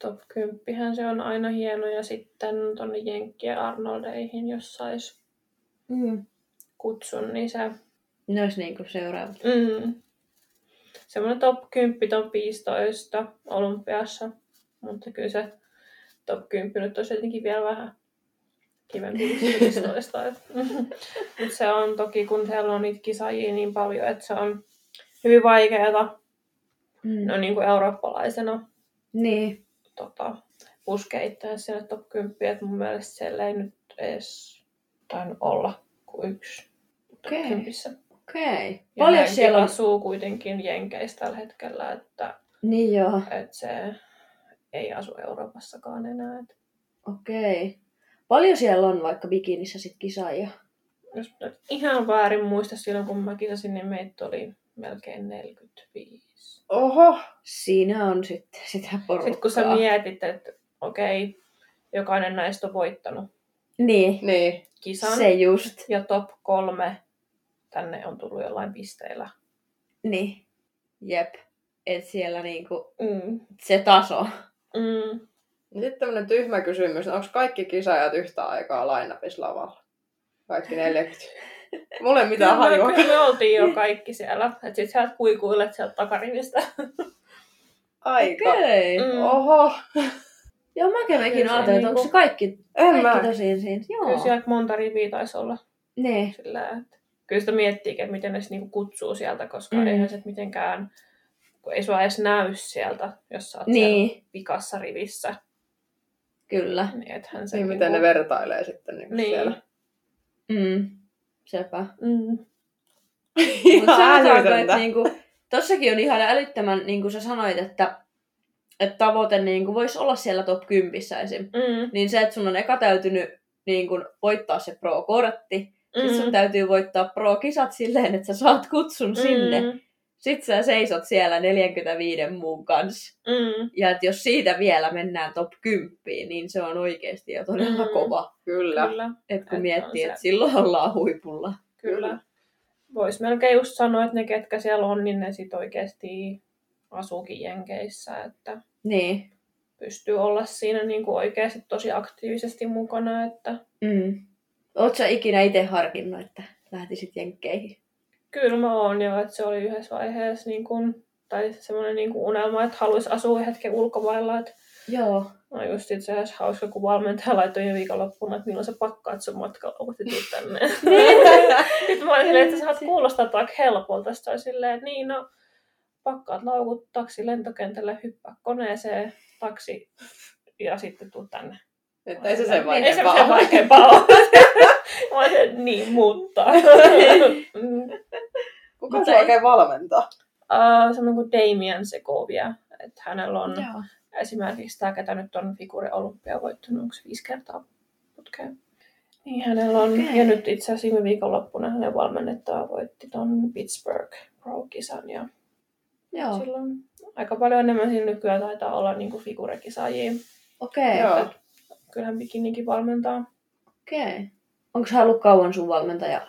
Top kymmenen se on aina hieno ja sitten tonne Jenkkien Arnoldeihin, jos sais Mm. kutsun, niin se... Ne olisi niinku seuraavat. Mm. Semmoinen top kymmenen, top viisitoista olympiassa, mutta kyllä se top kymmenen nyt olisi jotenkin vielä vähän kivempi viisitoista. Mutta se on toki, kun siellä on niitä kisaajia niin paljon, että se on hyvin vaikeaa Mm. no, niin kuin eurooppalaisena Niin. tota, puskea itseään sinne top kymmenen, että mun mielestä siellä ei nyt edes tainnut olla kuin yksi top Okei. kymmenissä. Okei. Ja Paljon hänkin siellä on... asuu kuitenkin Jenkeissä tällä hetkellä, että, Niin joo. että se ei asu Euroopassakaan enää. Että Okei. Paljon siellä on vaikka bikinissä sit kisaajia? jos nyt ihan väärin muista silloin, kun mä kisasin, niin meitä oli melkein neljäkymmentäviisi. Oho! Siinä on sitten sitä porukkaa. Sitten kun sä mietit, että okei, jokainen näistä on voittanut Niin, Niin. kisan se just. ja top kolme tänne on tullut jollain pisteillä. Niin. Jep. Et siellä niinku Mm. se taso. Mm. Sitten tämmönen tyhmä kysymys. Onko kaikki kisaajat yhtä aikaa line-upissa lavalla? Kaikki neljäkymmentä. Mulla ei mitään Kyllä, hajua. kyllä me oltiin jo kaikki siellä. Että sit sä kuikuilet sieltä takarivistä. Aika. Okei. Mm. Oho. Joo, mäkin Kyllä mäkin se ajattelin, että onko niinku- se kaikki, En mä. kaikki tosiaan siinä. Joo. Kyllä sieltä monta riviä taisi olla. Niin. Sillä, että kyllä sitä miettii, että miten ne sit niinku kutsuu sieltä, koska Mm. eihän se mitenkään, kun ei sua edes näy sieltä, jos sä oot Niin. siellä vikassa rivissä. Kyllä. Niin, ethän se Niin, niinku... miten ne vertailee sitten niin Niin. siellä. Mm. Sepä. Mm. Mutta Ihan sanotaanko, että älytöntä. niinku, tossakin on ihan älyttömän, niin kuin sä sanoit, että, että tavoite niinku voisi olla siellä top kymmenen esim. Mm. Niin se, että sun on eka täytynyt niin kuin, voittaa se pro-kortti, mm. sitten sun Mm. täytyy voittaa pro-kisat silleen, että sä saat kutsun sinne. Mm. Sitten sä seisot siellä neljäkymmentäviisi muun kanssa. Mm. Ja että jos siitä vielä mennään top kymmenen, niin se on oikeasti jo todella Mm. kova. Kyllä. Kyllä. Et kun Et miettii, on se. että silloin ollaan huipulla. Kyllä. Vois melkein just sanoa, että ne ketkä siellä on, niin ne sit oikeesti asuukin Jenkeissä, että Niin. pystyy olla siinä niinku oikeasti tosi aktiivisesti mukana, että Mm. Oot sä ikinä itse harkinnut, että lähtisit jenkkeihin? kyllä mä oon jo, että se oli yhdessä vaiheessa niin kun, tai semmoinen niin kuin unelma, että haluaisi asua hetken ulkomailla. Että Joo. no just itse asiassa hauska, kun valmentaja laittoi jo viikonloppuna, että milloin sä pakkaat sun matkalaukut ja tuut tänne. Sitten mä olin silleen, että sä saat kuulostaa aika helpolta. Sitten oli silleen, että niin no, pakkaat laukut taksi lentokentälle, hyppää koneeseen, taksi ja sitten tuu tänne. Että ei se sen Ei se vaikeampaa sen ole. vaikeampaa ole. Mä olin silleen, niin, mutta. Mm. Kuka Mutta se ei- oikein valmentaa? Uh, semmoinen kuin Damian Segovia. Että hänellä on Joo. esimerkiksi tämä, ketä nyt on Figure Olympia voittanut, onko se viisi kertaa putkeen. Niin hänellä on, Okei. ja nyt itse asiassa viime viikonloppuna hänen valmennettava voitti ton Pittsburgh Pro-kisan. Ja Joo. silloin aika paljon enemmän siinä nykyään taitaa olla niinku figure-kisaajia. Okei. Joo. Että kyllähän bikinikin valmentaa. Okei. Onko hän ollut kauan sun valmentaja?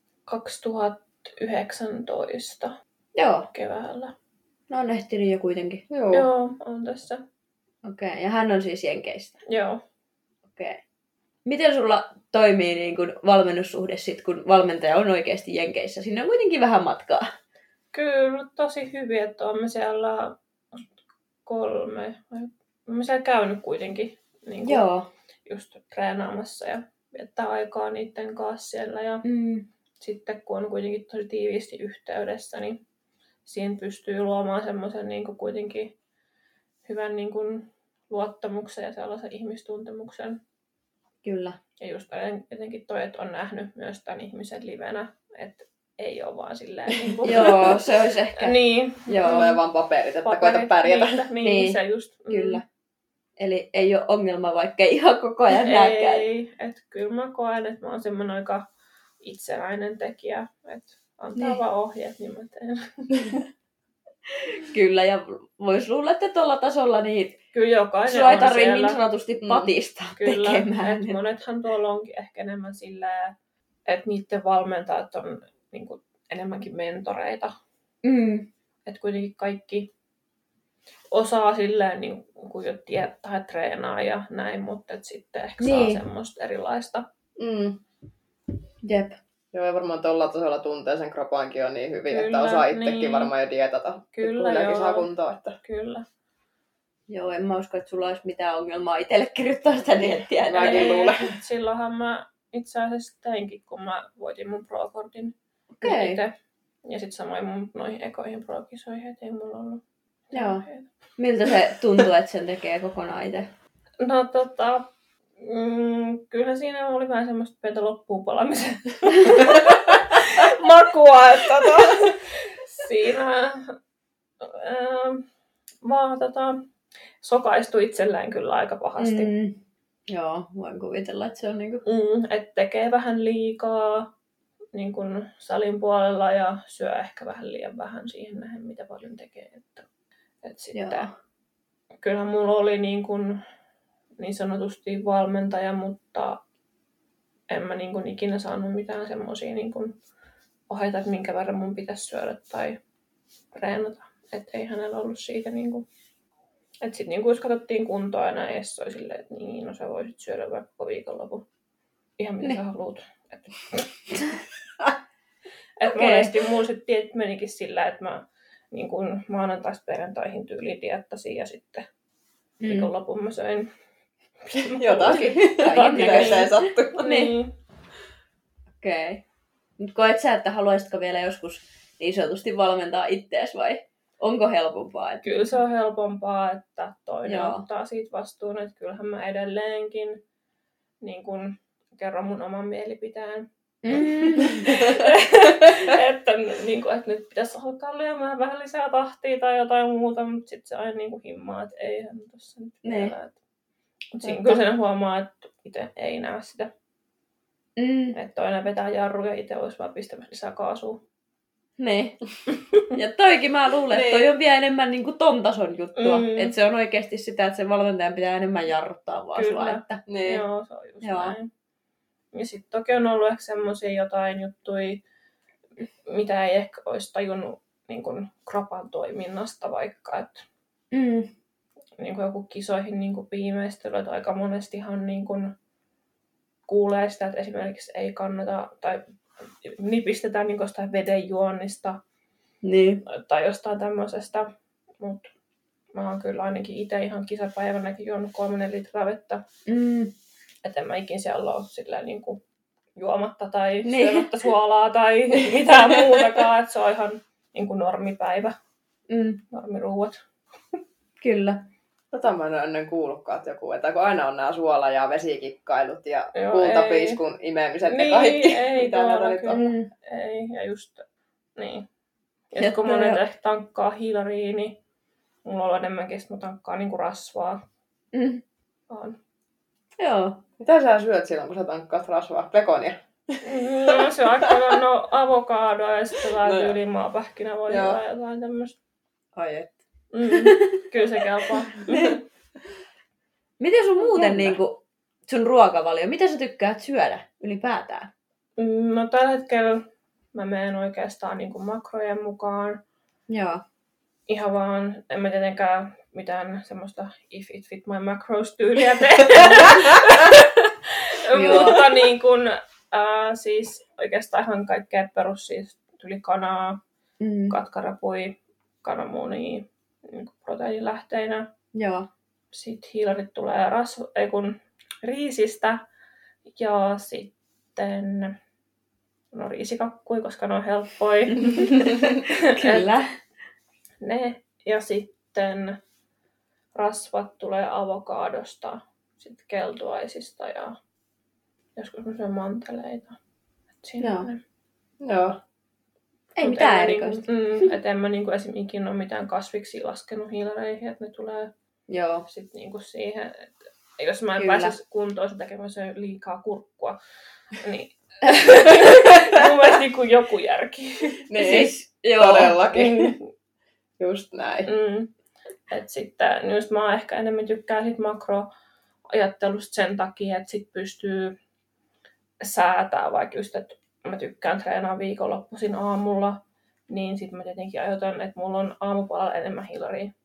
kaksituhattayhdeksäntoista Joo. keväällä. No on ehtinyt jo kuitenkin. Joo. Joo, on tässä. Okei. Ja hän on siis jenkeistä. Joo. Okei. Miten sulla toimii niin kun valmennussuhde sit, kun valmentaja on oikeasti jenkeissä? Sinne on kuitenkin vähän matkaa. Kyllä, tosi hyvin, että olemme siellä kolme, vai olemme siellä käynyt kuitenkin niin kuin Joo. just treenaamassa ja viettää aikaa niiden kanssa siellä. Ja Mm. sitten kun on kuitenkin tosi tiiviisti yhteydessä, niin siinä pystyy luomaan semmoisen niin kuin kuitenkin hyvän niin kuin luottamuksen ja sellaisen ihmistuntemuksen. Kyllä. Ja just etenkin toi, että on nähnyt myös tämän ihmisen livenä, että ei ole vaan silleen niin kuin... Joo, se olisi ehkä. niin. Joo. Tulee vaan paperit, että Paperit, koita pärjätä. Niin, niin, Niin, se just. mm. Kyllä. Eli ei ole ongelma, vaikka ei ihan koko ajan näkään. Ei, että kyllä mä koen, että mä oon semmoinen aika itsenäinen tekijä, että antaa Niin. vaan ohjeet, niin mä teen. Kyllä, ja vois luulla, että tuolla tasolla niin Kyllä jokainen sua ei on tarvitse siellä. niin sanotusti Mm. patistaa Kyllä, tekemään. että monethan tuolla onkin ehkä enemmän silleen, että niiden valmentajat on niin kuin, enemmänkin mentoreita. Mm. Että kuitenkin kaikki osaa silleen niin kuin jo tietää ja treenaa ja näin, mutta et sitten ehkä Niin. saa semmoista erilaista. Mm. Jep. Joo, ja varmaan tuolla tasolla tuntee sen kropankin on niin hyvin, Kyllä, että osaa itsekin niin. varmaan jo dietata. Kyllä, joo. Saa joo. kuntoa, että... Kyllä. Joo, en mä usko, että sulla olisi mitään ongelmaa itselle kirjoittaa sitä diettiä. Mäkin Ei, luulen. Silloinhan mä itse asiassa teinkin, kun mä voitin mun pro-kortin Okei. itse. Ja sitten samoin mun noihin ekoihin pro-kisoihin, et ei mulla ollut. Joo. Miltä se tuntuu, että sen tekee kokonaan itse? No tota, mm, kyllä siinä oli vähän semmoista pientä loppuun palamisen makua, että tota, siinä ää, vaan tota, sokaistui itselleen kyllä aika pahasti. Mm. Joo, voin kuvitella, että se on niinku... Mm, että tekee vähän liikaa niin kun salin puolella ja syö ehkä vähän liian vähän siihen nähden, mitä paljon tekee. Että, et sitten, Joo. kyllähän mulla oli niin, kun, niin sanotusti valmentaja, mutta en mä niin kun ikinä saanut mitään semmosia niin kun ohjeita, että minkä verran mun pitäisi syödä tai treenata. Että ei hänellä ollut siitä niin kun... Että sitten niin jos katsottiin kuntoa ja näin, ja se oli silleen, että niin, no sä voisit syödä vaikka koko viikonlopun. Ihan mitä Ne. sä haluut. Että et Okei. monesti mulla sit tiet menikin sillä, että mä niin kun maanantaista perjantaihin tyyliin diettasin ja sitten Mm. viikonlopun mä söin Jotakin. Kaiken Mitä se ei sattu. Niin. Okei. Okay. Mut koet sä, että haluaisitko vielä joskus niin sanotusti valmentaa ittees vai onko helpompaa? Että... Kyllä se on helpompaa, että toinen Joo. ottaa siitä vastuun. Että kyllähän mä edelleenkin niin kun kerron mun oman mielipiteen. Mm. että, niin kuin, että nyt pitäisi alkaa lyömään vähän lisää tahtia tai jotain muuta, mutta sitten se aina niin kuin himmaa, että eihän tuossa nyt Ne. vielä. Mutta siinä kyllä sen huomaa, että itse ei näe sitä. Mm. Että toinen vetää jarruja ja itse olisi vaan pistämässä lisää kaasua. Ne. Ja toikin mä luulen, että toi Niin. on vielä enemmän niinku ton tason juttua. Mm. Että se on oikeasti sitä, että sen valmentajan pitää enemmän jarruttaa vaan Kyllä. sua. Että... Niin. Joo, se on just Joo. näin. Ja sitten toki on ollut ehkä semmosia jotain juttuja, mitä ei ehkä olisi tajunnut niin kuin kropan toiminnasta vaikka, että Mm. niin kuin joku kisoihin niin kuin viimeistely, että aika monestihan niin kuin kuulee sitä, että esimerkiksi ei kannata tai nipistetään niin kuin jostain vedenjuonnista Niin. tai jostain tämmöisestä, mutta mä oon kyllä ainakin itse ihan kisapäivänäkin juonut kolme litraa vettä, Mm. että en mä ikin siellä ole silleen niin kuin juomatta tai Niin. syömättä suolaa tai mitään muutakaan, että se on ihan niin kuin normipäivä, Mm. normiruuat. Kyllä. Tota mä en ole ennen kuullutkaan, että joku, että kun aina on nämä suola- ja vesikikkailut ja Joo, kultapiiskun imemiset ja Niin, kaikki. ei mitä näitä nyt todellakin. on. Mm. Ei, ja just, niin. Ja Ja sit kun toi- monet ehkä tankkaa hiilariin, niin mulla on enemmänkin, että mä tankkaan niinku rasvaa. Mm. Vaan. Joo. Mitä sä syöt silloin, kun sä tankkaat rasvaa? Pekonia? No, se on aika paljon no, avokadoa ja sitten vähän No joo. tyyliin maapähkinävoimaa Joo. ja jotain tämmöistä. Ai et. Mm, kyllä se kelpaa. Miten sun muuten Jännä. niinku, sun ruokavalio, mitä sä tykkäät syödä ylipäätään? Mm, No tällä hetkellä mä menen oikeastaan niinku makrojen mukaan. Joo. Ihan vaan, en mä tietenkään mitään semmoista if it fit my macros tyyliä tee. Joo. Mutta niin kun, äh, siis oikeastaan ihan kaikkea perus, siis tuli kanaa, Mm. katkarapui, kananmunia niin proteiinilähteinä. Joo. Sitten hiilarit tulee rasv- ei kun, riisistä ja sitten no riisikakkui, koska ne on helppoja. Kyllä. Ne ja sitten rasvat tulee avokaadosta, sitten keltuaisista ja joskus mä syön manteleita. Et siinä Joo. on ne. Joo. Ei Mut mitään en mä erikoista. Niinku, mm, et en mä niinku esim. Ikinä ole mitään kasviksia laskenut hiilareihin, että ne tulee Joo. sit niinku siihen, että jos mä en Kyllä. pääsisi kuntoon sen takia, mä syön liikaa kurkkua, niin mun mielestä niinku joku järki. Niin, Siis, joo. todellakin. Mm. Just näin. Mm. Et sitten just mä ehkä enemmän tykkään sit makroajattelusta sen takia, että sit pystyy säätää vaikka just, että mä tykkään treenaa viikonloppuisin aamulla, niin sit mä tietenkin ajattelen, että mulla on aamupuolella enemmän hiilaria.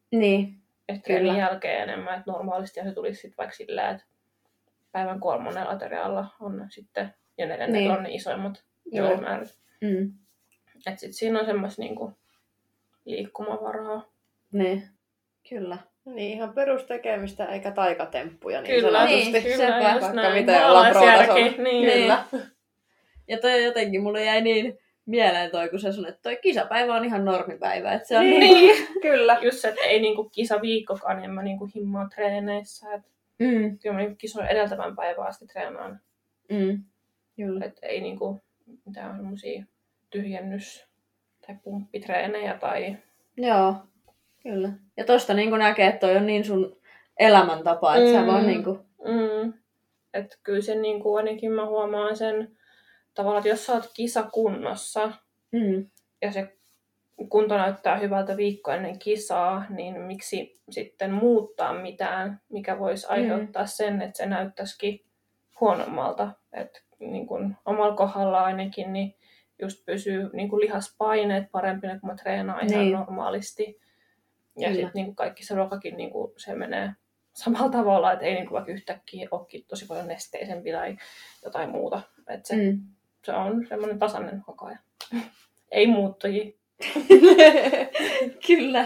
Niin. Että treenin jälkeen enemmän, että normaalisti se tulisi sitten vaikka silleen, että päivän kolmannella aterialla on sitten, ja neljännellä niin. on ne isoimmat kilomäärät. Mm. Että sitten siinä on semmoista niinku liikkumavaraa. Niin, kyllä. Niin, ihan perustekemistä eikä taikatemppuja niin kyllä, sanotusti. Niin, kyllä, sepä, vaikka mitä ollaan pro-tasolla. Niin. Kyllä. Ja toi jotenkin mulle jäi niin mieleen toi, kun sä sanoit, että toi kisapäivä on ihan normipäivä. Että se on niin, niin. Kyllä. Just se, että ei niinku kisaviikkokaan, niin mä niinku himmaa treeneissä. Et mm. Kyllä mä niinku kisoin edeltävän päivän asti treenaan. Mm. Että ei niinku mitään semmosia tyhjennys- tai pumppitreenejä tai... Joo, kyllä. Ja tosta niinku näkee, että toi on niin sun elämäntapa, että mm. sä vaan niinku... Mm. Että kyllä sen niinku ainakin mä huomaan sen tavallaan, että jos sä oot kisakunnossa mm. ja se kunto näyttää hyvältä viikkoa ennen kisaa, niin miksi sitten muuttaa mitään, mikä voisi aiheuttaa mm. sen, että se näyttäisikin huonommalta. Että niin kun omalla kohdalla ainakin niin just pysyy niin kun lihaspaineet parempina, kun mä treenaan ihan niin. normaalisti. Ja sitten niin kaikki se ruokakin niin se menee samalla tavalla, että ei niin vaikka yhtäkkiä olekin tosi paljon nesteisempi tai jotain muuta. Että se, mm. se on semmoinen tasainen koko ajan. Ei muuttujia. Kyllä.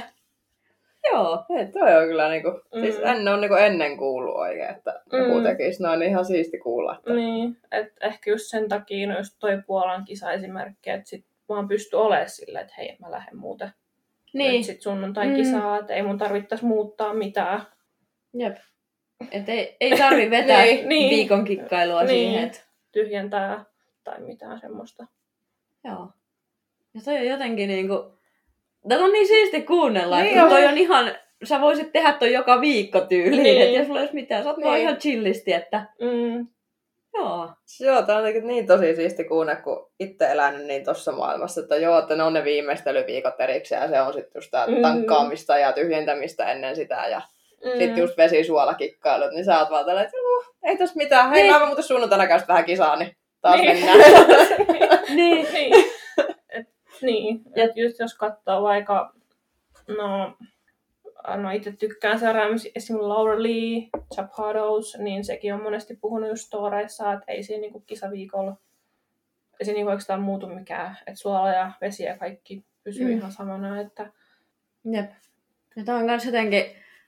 Joo. Hei, toi on kyllä niinku, mm. siis en ole niinku ennen kuullut oikein, että joku mm. tekisi noin, niin ihan siisti kuulla. Että... Niin, että ehkä just sen takia, no just toi Puolan kisa-esimerkki, että sit vaan pysty olemaan silleen, että hei, mä lähden muuten. Niin. Että sit sunnuntai mm. kisaa, että ei mun tarvittaisi muuttaa mitään. Jep. Että ei, ei tarvi vetää niin, viikon kikkailua niin. siihen, että... tyhjentää tai mitään semmoista. Joo. Ja toi on jotenkin niinku... Tätä on niin siisti kuunnella, niin että toi on ihan... Sä voisit tehdä toi joka viikko tyyliin, niin. että jos sulla olisi mitään, sä oot niin. vaan ihan chillisti, että... Mm. Joo. Joo, tää on niin tosi siisti kuunnella, kun itse elänyt niin tossa maailmassa, että joo, että ne on ne viimeistelyviikot erikseen ja se on sitten just tää mm. tankkaamista ja tyhjentämistä ennen sitä ja mm. sitten just vesisuolakikkailut, niin sä oot vaan tällä, että ei tossa mitään, hei niin. mä muuten sunnuntaina käyn vähän kisaa, niin taas niin. mennään. niin. niin. Et, niin. Ja just jos katsoo vaikka, no, no itse tykkään seurata esimerkiksi Laura Lee, Chapados, niin sekin on monesti puhunut just storeissa, että ei siinä niinku kisaviikolla, ei siinä niinku oikeastaan muutu mikään, että suola ja vesi ja kaikki pysyy mm. ihan samana, että... Jep. Ja tää on kans jotenkin,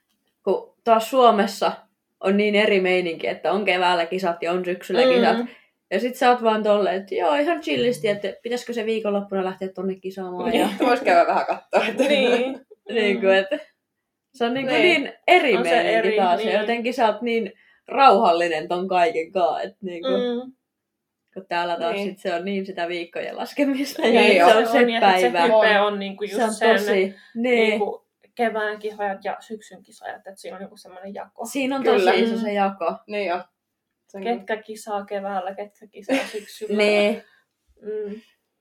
kun taas Suomessa on niin eri meininki, että on keväällä kisat ja on syksyllä mm. kisat. Ja sit sä oot vaan tolleen, että joo, ihan chillisti, että pitäisikö se viikonloppuna lähteä tonne kisaamaan. Niin, ja... vois käydä vähän kattoo. niin. niin kuin, että se on niin, niin. niin eri on meininki eri, taas. Niin. Ja jotenkin sä oot niin rauhallinen ton kaiken kaa. Että niin kuin, mm. kun täällä taas niin. sit se on niin sitä viikkojen laskemista. Niin, ja se on se, on, päivä. Se hype on niinku just se on sen, tosi, niin. niinku kevään kisajat ja syksyn kisajat. Että siinä on niinku semmoinen jako. Siinä on Kyllä. tosi iso se jako. Niin jo. Ketkä kisaa keväällä, ketkä kisaa syksyllä. niin. Mm.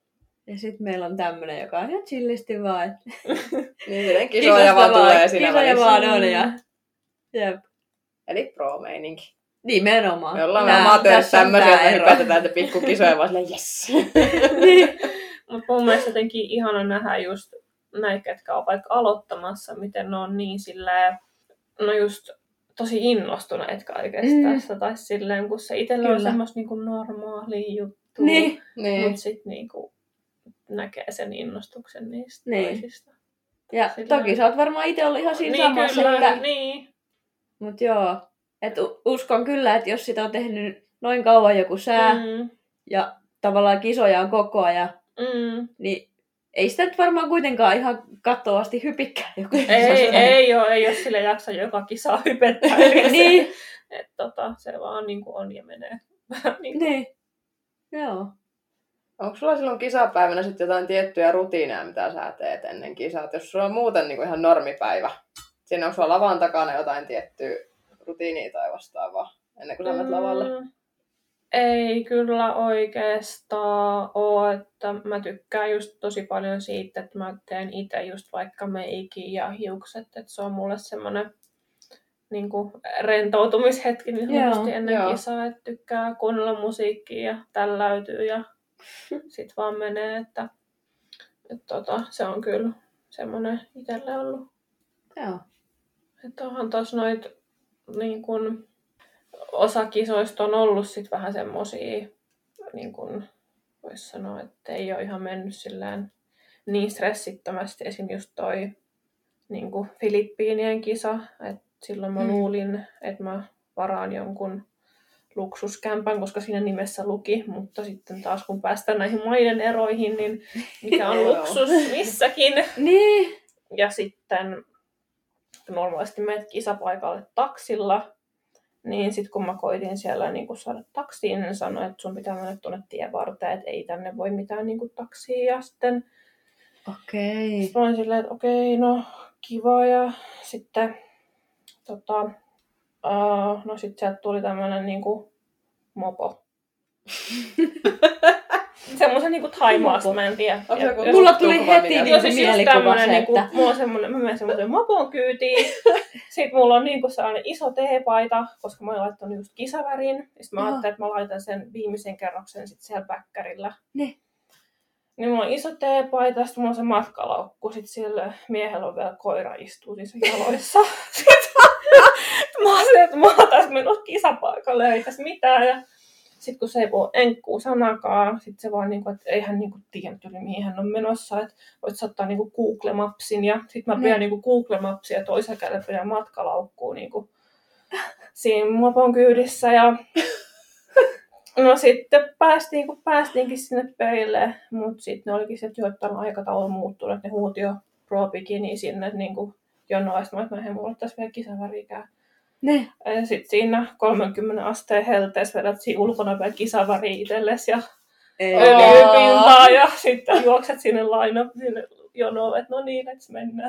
Ja sit meillä on tämmönen, joka on ihan chillisti vaan. Että... niin, joten kisoja vaan tulee siinä välissä. Kisoja vaan on ja... Jep. Eli pro-meininki. Nimenomaan. Me ollaan amatöörit tämmöisiä, että hypätetään te pikkukisoja vaan silleen jes. niin. Mutta mun mielestä jotenkin ihana nähdä just näitä, ketkä on vaikka aloittamassa, miten ne on niin silleen, no just tosi innostuneet kaikesta mm. tässä. Tai silleen, kun se itsellä on semmoista niinku normaalia juttua. Niin. Mutta sit niinku näkee sen innostuksen niistä niin. toisista. Ja silleen... toki sä oot varmaan itse ollut ihan siinä niin, samassa. Kyllä, että... niin. Mut joo. Et uskon kyllä, että jos sitä on tehnyt noin kauan joku sää mm. ja tavallaan kisoja on koko ajan, mm. niin ei sitä nyt varmaan kuitenkaan ihan kattavasti hypikkää joku. Ei, ei ole, ei ole sille jaksa joka kisaa hypettää. niin. Että tota, se vaan niin kuin on ja menee. niin. niin. Joo. Onko sulla silloin kisapäivänä sitten jotain tiettyjä rutiineja, mitä sä teet ennen kisaa? Jos sulla on muuten niin kuin ihan normipäivä, siinä onko sulla lavan takana jotain tiettyä rutiinia tai vastaavaa ennen kuin sä menet lavalle? Mm. Ei kyllä oikeastaan ole, että mä tykkään just tosi paljon siitä, että mä teen itse just vaikka meikin ja hiukset, että se on mulle semmoinen niin kuin rentoutumishetki niin sanotusti ennen joo. kisaa, että tykkää kuunnella musiikkia ja tälläytyy ja sit vaan menee, että, että tota, se on kyllä semmoinen itselle ollut Joo. Että onhan tuossa noit, niin kun, osa kisoista on ollut sit vähän semmosia, niin kun vois sanoa, että ei ole ihan mennyt sillään niin stressittömästi. Esim. Just toi niin kun Filippiinien kisa, että silloin mä Hmm. luulin, että mä varaan jonkun luksuskämpän, koska siinä nimessä luki, mutta sitten taas kun päästään näihin maiden eroihin, niin mikä on luksus missäkin. Niin. Ja sitten normaalisti menet kisapaikalle taksilla, niin sitten kun mä koitin siellä niin kun saada taksiin, niin sanoin, että sun pitää mennä tuonne tien varteen, että ei tänne voi mitään niin kun taksia. Ja sitten Okei. sit mä olin silleen, että okei, no kiva. Ja sitten tota, uh, no sit sieltä tuli tämmönen niin kuin mopo. Semmoisen niinku Thaimaasta, mä en tiedä. Onko se joku Mulla tuli tuttu kuva heti mieleen? niinku siis mielikuva tämmönen, se, niinku, että... mulla on semmonen, mä menen semmoisen mopon kyytiin. Sitten mulla on niinku sellainen iso teepaita, koska mä oon laittanut just kisavärin. Sitten mä Joo. ajattelin, että mä laitan sen viimeisen kerroksen sit siellä väkkärillä. Ne. Niin mulla on iso teepaita, sitten mulla on se matkalaukku. Sitten siellä miehellä on vielä koira istuu niissä jaloissa. Sitten mä oon että mä oon taas mennyt kisapaikalle, ei tässä mitään. Ja sitten kun se ei puhu enkkuu sanakaan, sitten se vaan niinku, että ei hän niinku tiedä yli mihin hän on menossa, että voit ottaa niinku Google Mapsin. Ja sitten mä pidän niinku Google Mapsia ja toisella kädellä pidän matkalaukkuun niinku siinä mopon kyydissä. Ja no sitten päästiin, kun päästiinkin sinne perille, mutta sitten ne olikin sieltä jo, että on aikataulu muuttunut, että ne huuti jo Pro Bikini sinne niinku jonoa, että mä en mulla tässä vielä kisavärikään. Ne. Ja sitten siinä kolmekymmentä asteen helteessä vedät siinä ulkona vielä kisaväri itsellesi ja öljypintaa ja sitten juokset sinne laina sinne jonoon, että no niin, let's mennä.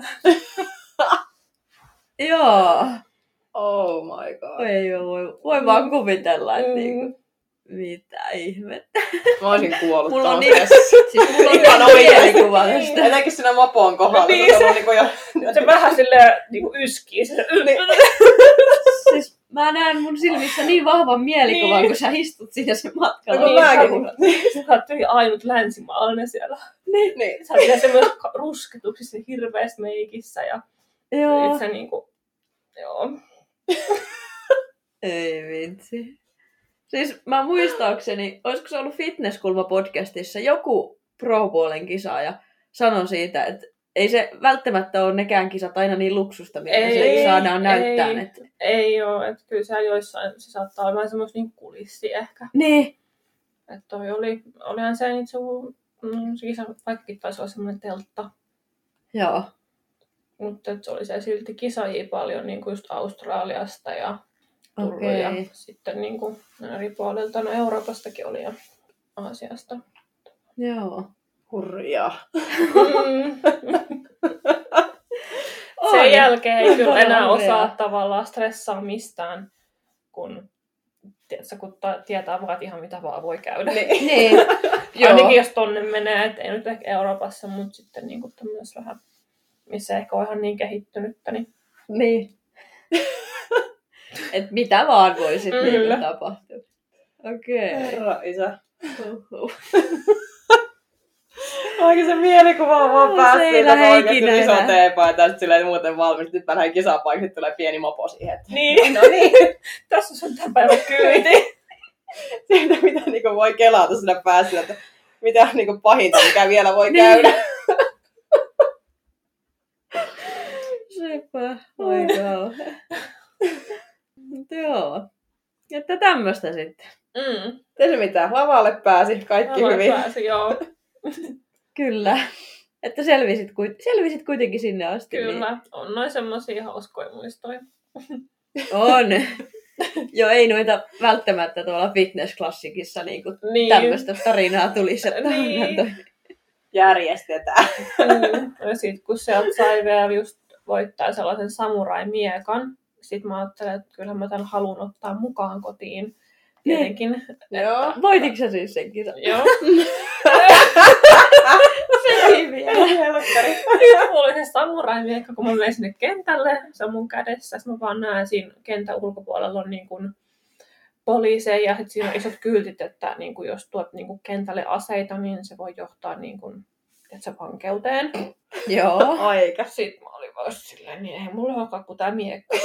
Joo. Oh my god. Ei voi, voi vaan kuvitella, että Mm. niinku, mitä ihmettä. Mä olisin kuollut Mulla on taas. niin, siis mulla on Ihan ihan oikeesti. mielikuva tästä. Etenkin siinä mopon kohdalla. Niin, se se- on niinku jo... Se vähän silleen niinku yskii. Se, Siis mä näen mun silmissä niin vahvan mielikuvan, Niin. kun sä istut siinä sen matkalla. No kun mäkin. Sä oot hyvin ainut länsimaalainen siellä. Niin. Sä oot vielä semmoinen rusketuksissa hirveässä meikissä ja Joo. itse niinku, joo. Ei vitsi. Siis mä muistaakseni, olisiko se ollut Fitnesskulma-podcastissa, joku pro-puolen kisaaja sanoi siitä, että ei se välttämättä ole nekään kisat aina niin luksusta, mitä Ei, se saadaan näyttää. ei. Että... Ei oo, että kyllä siellä joissain se saattaa olla vähän semmoista niinku kulissi ehkä. Niin. Että toi oli, olihan se itse mm, se kisa, vaikkakin taisi olla semmoinen teltta. Joo. Mutta se oli siellä silti kisaajia paljon niin kuin just Australiasta ja Turun Okei. ja sitten niin kuin eri puolilta. No Euroopastakin oli ja Aasiasta. Joo. Hurjaa. Mm. On. Sen jälkeen ei kyllä Todella enää hurjaa. osaa tavallaan stressaa mistään, kun, tiedätkö, kun ta- tietää vaan, että ihan mitä vaan voi käydä. Niin. Niin. Joo. Ainakin jos tonne menee, että ei nyt ehkä Euroopassa, mutta sitten niin kuin tämmöisessä vähän, missä ehkä on ihan niin kehittynyttä. Niin... Niin. Et mitä vaan voi sitten Kyllä. niinku tapahtua. Okei. Herra isä. Uhuh. Oikein se mielikuva on vaan Se päässyt. ei Siitä lähde oikeesti ikinä iso enää. teepaita ja sitten silleen muuten valmis. Nyt mä lähden kisapaikalle, sitten tulee pieni mopo siihen. Että... Niin, No niin. tässä on sun tämän päivän kyyti. Siitä mitä niinku voi kelata siinä päässä, että mitä niinku pahinta, mikä vielä voi Niin. käydä. Sepä. Oi kauhea. Mut joo. Että tämmöstä sitten. Mm. Ei se mitään, lavalle pääsi, kaikki Aloin hyvin. pääsi, joo. Kyllä. Että selvisit, kuit- selvisit kuitenkin sinne asti. Kyllä, on noin semmosia hauskoja muistoja. Niin on. Joo, ei noita välttämättä tuolla fitnessklassikissa niinku Niin. tämmöistä tarinaa tulisi. Että Niin. toi- Järjestetään. Mm. Ja sit kun sieltä sai vielä just voittaa sellaisen samurai-miekan, sit mä ajattelin, että kyllähän mä tämän haluan ottaa mukaan kotiin. Tietenkin. Joo. Voititko sä siis sen kisan? Joo. Sekin vielä. Nyt mulla oli se samurai-miekka, kun mä menin sinne kentälle, se on mun kädessä. Sitten mä vaan näen siinä kentän ulkopuolella on niin kuin poliiseja ja sitten siinä on isot kyltit, että niin kuin jos tuot niin kuin kentälle aseita, niin se voi johtaa niin kuin tiedätkö, vankeuteen. Joo. Aika. Sitten mä olin vaan silleen, niin ei mulla olekaan kuin tää miekka.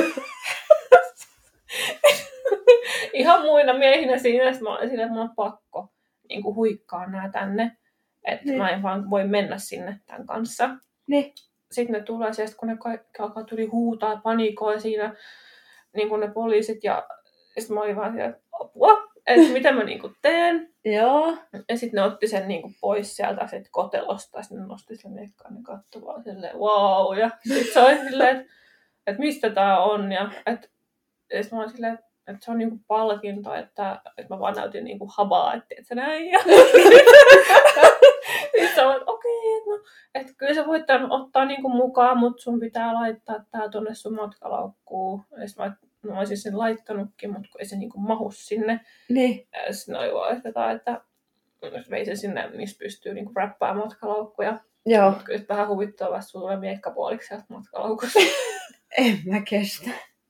Ihan muina miehinä siinä, että mä olin silleen, että mä on pakko niin kuin huikkaa nää tänne. Että Niin. mä en vaan voi mennä sinne tämän kanssa. Niin. Sitten ne tulee sieltä, kun ne kaikki alkaa tuli huutaa ja panikoi siinä, niin kuin ne poliisit. Ja sitten mä olin vaan siellä, että apua, että mitä mä niin kuin teen. Joo. Ja sitten ne otti sen niin kuin pois sieltä sit kotelosta. Ja sitten ne nosti sen miekkaan ja katsoi vaan silleen, wow. Ja sitten se oli silleen, että, että mistä tää on. Ja, että, ja sitten mä olin silleen, että että se on niinku palkinto, että, että mä vaan näytin niinku habaa, että et sä näin. Ja sitten sä olet, okei, okay, että no, et kyllä sä voit tämän ottaa niinku mukaan, mutta sun pitää laittaa tää tonne sun matkalaukkuun. Ja sitten mä, no, mä olisin sen laittanutkin, mutta kun ei se niinku mahu sinne. Niin. Ja sitten oli vaan, että, että jos vei sen sinne, missä pystyy niinku räppäämään matkalaukkuja. Joo. Mutta kyllä vähän huvittavaa, että sulla tulee miekkapuoliksi sieltä matkalaukusta. En mä kestä.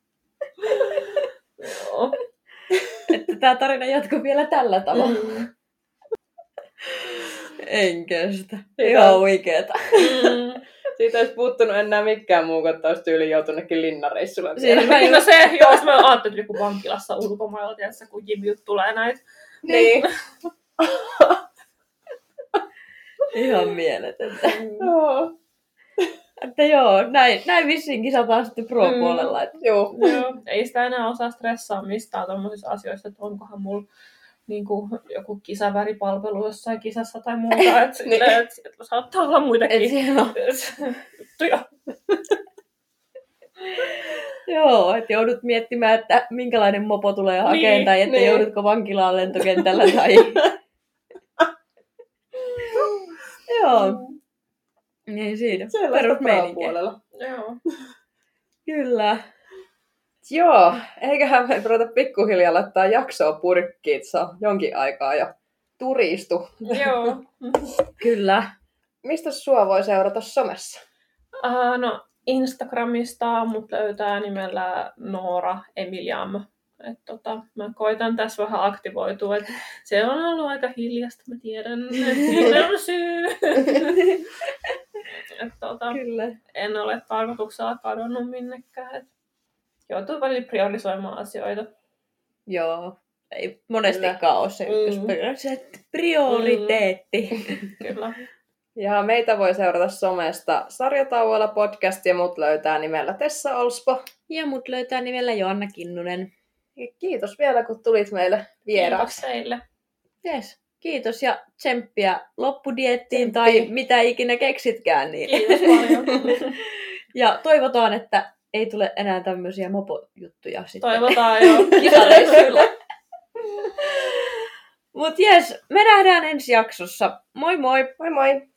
Joo. Että tää tarina jatkuu vielä tällä tavalla. Mm. En kestä. Siitä Ihan on- oikeeta. Mm. Siitä olisi puuttunut enää mikään muu, kun olisi tyyli joutunut jonnekin linnareissulle vielä. Siis No se, joo, jos mä ajattelin joku vankilassa ulkomailla, tiedätkö, kun Jimmy tulee näitä. Niin. Ihan mieletöntä. Joo. Että joo, näin, näin vissiin kisataan sitten pro-puolella. Että Joo. Joo, ei sitä enää osaa stressaa mistään tommosissa asioissa, että onkohan mulla niinku, joku kisaväripalvelu jossain kisassa tai muuta. Että Niin. et, et, saattaa olla et muitakin siellä on, juttuja. joo, että joudut miettimään, että minkälainen mopo tulee hakemaan, Niin, tai että niin. joudutko vankilaan lentokentällä tai... Joo, niin siinä. Sellaista Perusmeininkiä. pro-puolella. Joo. Kyllä. Joo, eiköhän me ruveta pikkuhiljaa laittaa jaksoa purkkiin, että se on jonkin aikaa jo turistu. Joo. Kyllä. Mistä sua voi seurata somessa? Uh, no, Instagramista mut löytää nimellä Noora Emiliam. Et tota, mä koitan tässä vähän aktivoitua, että se on ollut aika hiljasta, mä tiedän, että siinä on syy. Et tota, Kyllä. en ole tarkoituksella kadonnut minnekään. Et joutuu välillä priorisoimaan asioita. Joo. Ei monestikaan ole se Mm. ykkös. Se prioriteetti. Kyllä. Ja meitä voi seurata somesta Sarjatauolla podcast ja mut löytää nimellä Tessa Olspo. Ja mut löytää nimellä Joanna Kinnunen. Ja kiitos vielä, kun tulit meille vieraaksi. Kiitos teille. Yes. Kiitos ja tsemppiä loppudiettiin Tsemppiä. tai mitä ikinä keksitkään. Niin. Kiitos paljon. Ja toivotaan, että ei tule enää tämmöisiä mopojuttuja sitten. Toivotaan jo. Kisareissuilla. Mut jes, me nähdään ensi jaksossa. Moi moi! Moi moi!